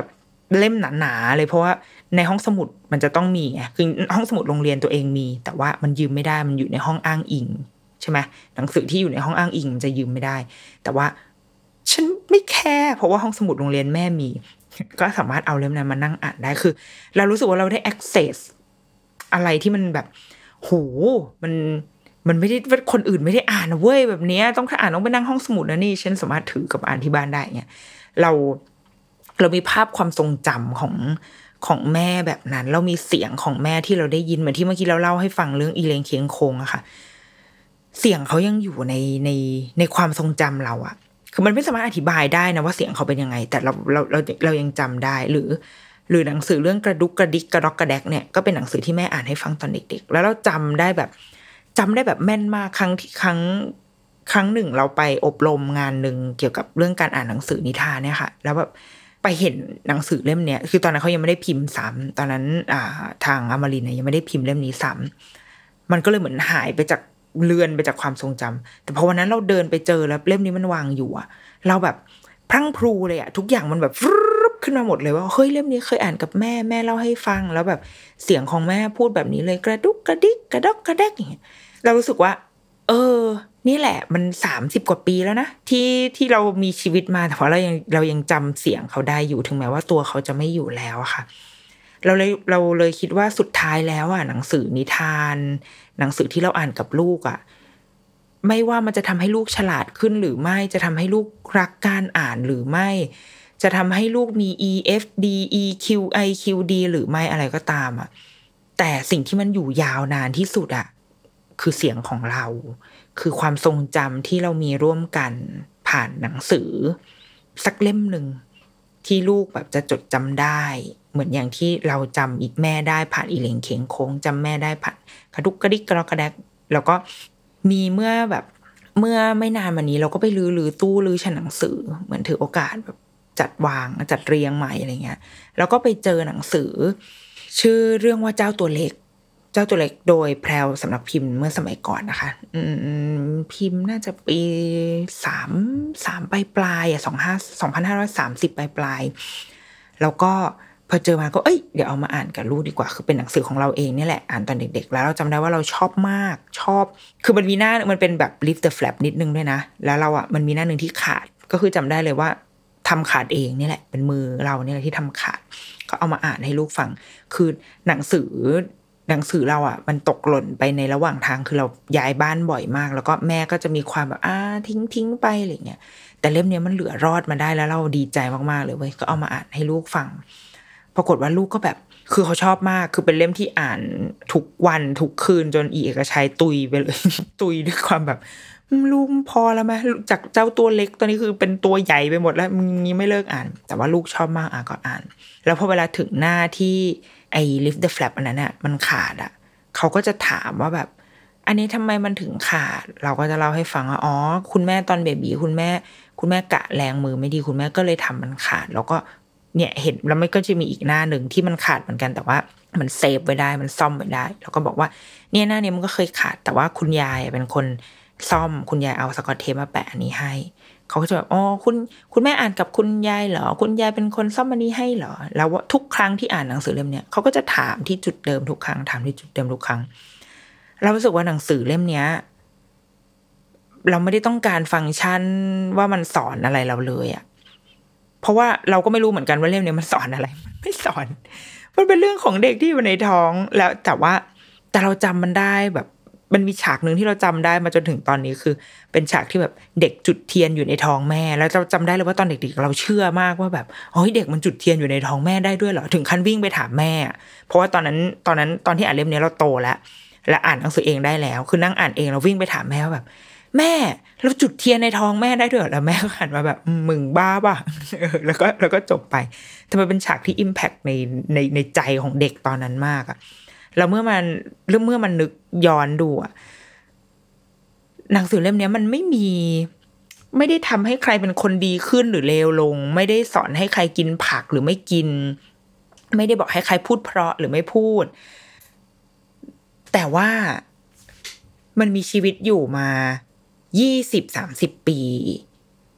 เล่มหนาๆเลยเพราะว่าในห้องสมุดมันจะต้องมีไงคือห้องสมุดโรงเรียนตัวเองมีแต่ว่ามันยืมไม่ได้มันอยู่ในห้องอ้างอิงใช่ไหมหนังสือที่อยู่ในห้องอ้างอิงมันจะยืมไม่ได้แต่ว่าฉันไม่แคร์เพราะว่าห้องสมุดโรงเรียนแม่มีก็สามารถเอาเล่มนั้นมานั่งอ่านได้คือเรารู้สึกว่าเราได้ access อะไรที่มันแบบโหมันมันไม่ได้ว่าคนอื่นไม่ได้อ่านนะเว้ยแบบนี้ต้องถ้าอ่านต้องไปนั่งห้องสมุดนะนี่ฉันสามารถถือกับอ่านที่บ้านได้เงี้ยเราเรามีภาพความทรงจำของของแม่แบบนั้นเรามีเสียงของแม่ที่เราได้ยินเหมือนที่เมื่อกี้เราเล่าให้ฟังเรื่องอีเลงเคียงคงอะค่ะเสียงเขายังอยู่ในในในความทรงจำเราอะคือมันไม่สามารถอธิบายได้นะว่าเสียงเขาเป็นยังไงแต่เราเราเราเรายังจำได้หรือหรือหนังสือเรื่องกระดุกกระดิกกระดอกกระแดกเนี่ยก็เป็นหนังสือที่แม่อ่านให้ฟังตอนเด็กๆแล้วเราจำได้แบบจำได้แบบแม่นมากครั้งที่ครั้งครั้งหนึ่งเราไปอบรมงานนึงเกี่ยวกับเรื่องการอ่านหนังสือนิทานเนี่ยค่ะแล้วแบบไปเห็นหนังสือเล่มเนี้ยคือตอนนั้นเขายังไม่ได้พิมพ์ซ้ำตอนนั้นอ่าทางอมรินทร์เนี่ยยังไม่ได้พิมพ์เล่มนี้ซ้ำมันก็เลยเหมือนหายไปจากเลือนไปจากความทรงจำแต่พอวันนั้นเราเดินไปเจอแล้วเล่มนี้มันวางอยู่อะเราแบบพรั่งพรูเลยอะทุกอย่างมันแบบขึ้นมาหมดเลยว่าเฮ้ยเล่มนี้เคยอ่านกับแม่แม่เล่าให้ฟังแล้วแบบเสียงของแม่พูดแบบนี้เลยกระดุกกระดิกกระดอกกระแดกอย่างเงี้ยเรารู้สึกว่าเออนี่แหละมันสามสิบกว่าปีแล้วนะที่ที่เรามีชีวิตมาแต่ว่าเรายังเรายังจำเสียงเขาได้อยู่ถึงแม้ว่าตัวเขาจะไม่อยู่แล้วอะค่ะเราเลยเราเลยคิดว่าสุดท้ายแล้วอ่ะหนังสือนิทานหนังสือที่เราอ่านกับลูกอ่ะไม่ว่ามันจะทำให้ลูกฉลาดขึ้นหรือไม่จะทำให้ลูกรักการอ่านหรือไม่จะทำให้ลูกมี อี เอฟ ดี อี คิว ไอ คิว ดี หรือไม่อะไรก็ตามอ่ะแต่สิ่งที่มันอยู่ยาวนานที่สุดอ่ะคือเสียงของเราคือความทรงจำที่เรามีร่วมกันผ่านหนังสือสักเล่มหนึ่งที่ลูกแบบจะจดจำได้เหมือนอย่างที่เราจำอีกแม่ได้ผ่านอีเหลงเข็งโค้งจำแม่ได้ผ่านกระดุกกระดิกกระดอกกระแดกแล้วก็มีเมื่อแบบเมื่อไม่นานมานี้เราก็ไปลื้อลื้อตู้ลื้อชั้นหนังสือเหมือนถือโอกาสแบบจัดวางจัดเรียงใหม่อะไรเงี้ยแล้วก็ไปเจอหนังสือชื่อเรื่องว่าเจ้าตัวเล็กเจ้าตัวเล็กโดยแพรวสำนักพิมพ์เมื่อสมัยก่อนนะคะอืมพิมพ์น่าจะปีสามสามปลายปลายอ่ะสองห้าสองพันห้าร้อยสามสิบปลายปลายแล้วก็พอเจอมาก็เอ้ยเดี๋ยวเอามาอ่านกับลูกดีกว่าคือเป็นหนังสือของเราเองนี่แหละอ่านตอนเด็กๆแล้วเราจำได้ว่าเราชอบมากชอบคือมันมีหน้ามันเป็นแบบ lift the flap นิดนึงด้วยนะแล้วเราอ่ะมันมีหน้านึงที่ขาดก็คือจำได้เลยว่าทำขาดเองนี่แหละเป็นมือเราเนี่ยแหละที่ทำขาดก็เอามาอ่านให้ลูกฟังคือหนังสือหนังสือเราอ่ะมันตกหล่นไปในระหว่างทางคือเราย้ายบ้านบ่อยมากแล้วก็แม่ก็จะมีความแบบอ่าทิ้งทิ้งไปอะไรเงี้ยแต่เล่มนี้มันเหลือรอดมาได้แล้วเราดีใจมากๆเลยเว้ยก็เอามาอ่านให้ลูกฟังปรากฏว่าลูกก็แบบคือเขาชอบมากคือเป็นเล่มที่อ่านทุกวันทุกคืนจนอีเอกชัยตุยไปเลย ตุยด้วยความแบบลูกพอแล้วมั้ยจากเจ้าตัวเล็กตอนนี้คือเป็นตัวใหญ่ไปหมดแล้วมึงนี้ไม่เลิกอ่านแต่ว่าลูกชอบมากอ่ะก็อ่านแล้วพอเวลาถึงหน้าที่ไอ้ lift the flap อันนั้นน่ะมันขาดอ่ะเขาก็จะถามว่าแบบอันนี้ทำไมมันถึงขาดเราก็จะเล่าให้ฟังว่าอ๋อคุณแม่ตอนเบบีคุณแม่คุณแม่กะแรงมือไม่ดีคุณแม่ก็เลยทำมันขาดแล้วก็เนี่ยเห็นแล้วมันก็จะมีอีกหน้าหนึ่งที่มันขาดเหมือนกันแต่ว่ามันเซฟไว้ได้มันซ่อมไว้ได้แล้วก็บอกว่าเนี่ยหน้านี้มันก็เคยขาดแต่ว่าคุณยายเป็นคนซ่อมคุณยายเอาสกอตเทปมาแปะอันนี้ให้เขาก็จะแบบอ๋อคุณคุณแม่อ่านกับคุณยายเหรอคุณยายเป็นคนซ่อมอันนี้ให้เหรอแล้วทุกครั้งที่อ่านหนังสือเล่มเนี้ยเขาก็จะถามที่จุดเดิมทุกครั้งถามที่จุดเดิมทุกครั้งเรารู้สึกว่าหนังสือเล่มเนี้ยเราไม่ได้ต้องการฟังก์ชันว่ามันสอนอะไรเราเลยอะเพราะว่าเราก็ไม่รู้เหมือนกันว่าเล่มนี้มันสอนอะไรไม่สอนมันเป็นเรื่องของเด็กที่อยู่ในท้องแล้วแต่ว่าแต่เราจำมันได้แบบมันมีฉากนึงที่เราจำได้มาจนถึงตอนนี้คือเป็นฉากที่แบบเด็กจุดเทียนอยู่ในท้องแม่แล้วเราจำได้เลยว่าตอนเด็กๆเราเชื่อมากว่าแบบโอ้ยเด็กมันจุดเทียนอยู่ในท้องแม่ได้ด้วยเหรอถึงขั้นวิ่งไปถามแม่เพราะว่าตอนนั้นตอนนั้นตอนที่อ่านเล่มนี้เราโตแล้วและอ่านหนังสือเองได้แล้วคือนั่งอ่านเองเราวิ่งไปถามแม่ว่าแบบแม่เราจุดเทียนในท้องแม่ได้ด้วยเหรอแล้วแม่ก็หันมาแบบมึงบ้าป่ะแล้วก็แล้วก็จบไปแต่มันเป็นฉากที่ impact ในในในใจของเด็กตอนนั้นมากอะแล้วเมื่อมันเรื่องเมื่อมันนึกย้อนดูอะหนังสือเล่มนี้มันไม่มีไม่ได้ทำให้ใครเป็นคนดีขึ้นหรือเลวลงไม่ได้สอนให้ใครกินผักหรือไม่กินไม่ได้บอกให้ใครพูดเพราะหรือไม่พูดแต่ว่ามันมีชีวิตอยู่มายี่สิบ สามสิบปี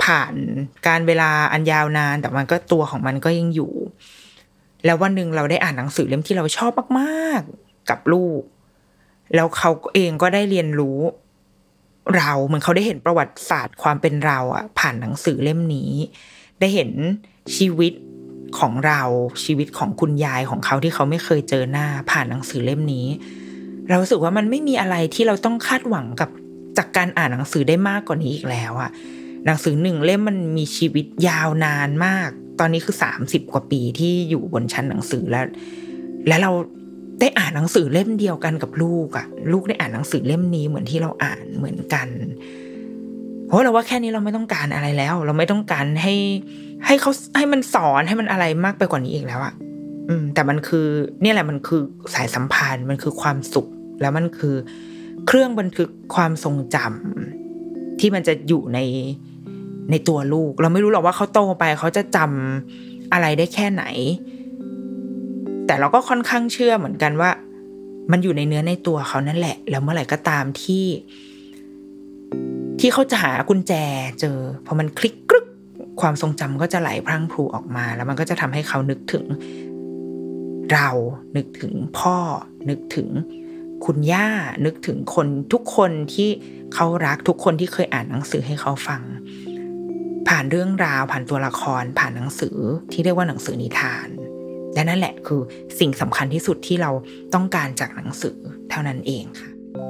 ผ่านการเวลาอันยาวนานแต่มันก็ตัวของมันก็ยังอยู่แล้ววันนึงเราได้อ่านหนังสือเล่มที่เราชอบมากๆกับลูกแล้วเขาเองก็ได้เรียนรู้เราเหมือนเขาได้เห็นประวัติศาสตร์ความเป็นเราอ่ะผ่านหนังสือเล่มนี้ได้เห็นชีวิตของเราชีวิตของคุณยายของเขาที่เขาไม่เคยเจอหน้าผ่านหนังสือเล่มนี้เรารู้สึกว่ามันไม่มีอะไรที่เราต้องคาดหวังกับจากการอ่านหนังสือได้มากกว่านี้อีกแล้วอ่ะหนังสือหนึ่งเล่มมันมีชีวิตยาวนานมากตอนนี้คือสามสิบกว่าปีที่อยู่บนชั้นหนังสือแล้วและเราได้อ่านหนังสือเล่มเดียวกันกับลูกอ่ะลูกได้อ่านหนังสือเล่มนี้เหมือนที่เราอ่านเหมือนกันเพราะเราว่าแค่นี้เราไม่ต้องการอะไรแล้วเราไม่ต้องการให้ให้เขาให้มันสอนให้มันอะไรมากไปกว่านี้อีกแล้วอ่ะอืมแต่มันคือเนี่ยแหละมันคือสายสัมพันธ์มันคือความสุขแล้วมันคือเครื่องบันทึกความทรงจำที่มันจะอยู่ในในตัวลูกเราไม่รู้หรอกว่าเขาโตไปเขาจะจำอะไรได้แค่ไหนแต่เราก็ค่อนข้างเชื่อเหมือนกันว่ามันอยู่ในเนื้อในตัวเขานั่นแหละแล้วเมื่อไหร่ก็ตามที่ที่เขาจะหากุญแจเจอพอมันคลิกกรึกความทรงจำก็จะไหลพรั่งพรูออกมาแล้วมันก็จะทำให้เขานึกถึงเรานึกถึงพ่อนึกถึงคุณย่านึกถึงคนทุกคนที่เขารักทุกคนที่เคยอ่านหนังสือให้เขาฟังผ่านเรื่องราวผ่านตัวละครผ่านหนังสือที่เรียกว่าหนังสือนิทานและนั่นแหละคือสิ่งสำคัญที่สุดที่เราต้องการจากหนังสือเท่านั้นเองค่ะ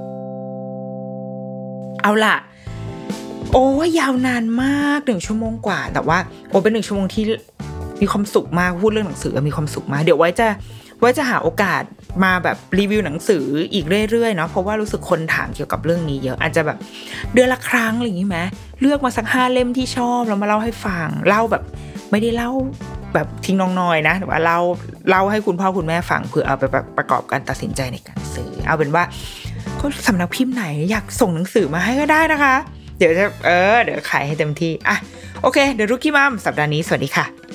เอาล่ะโอ้ยาวนานมากหนึ่งชั่วโมงกว่าแต่ว่าโอ้เป็นหนึ่งชั่วโมงที่มีความสุขมากพูดเรื่องหนังสือมีความสุขมากเดี๋ยวไว้จะไว้จะหาโอกาสมาแบบรีวิวหนังสืออีกเรื่อยๆเนาะเพราะว่ารู้สึกคนถามเกี่ยวกับเรื่องนี้เยอะอาจจะแบบเดือนละครั้งอะไรอย่างงี้ไหมเลือกมาสักห้าเล่มที่ชอบแล้วมาเล่าให้ฟังเล่าแบบไม่ได้เล่าแบบทิ้งน้องน้อยนะแต่ว่าเล่าเล่าให้คุณพ่อคุณแม่ฟังเพื่อเอาไปประกอบการตัดสินใจในการซื้อเอาเป็นว่าก็สำนักพิมพ์ไหนอยากส่งหนังสือมาให้ก็ได้นะคะเดี๋ยวจะเออเดี๋ยวขายให้เต็มที่อ่ะโอเคเดี๋ยวรุกี้มัมสัปดาห์นี้สวัสดีค่ะ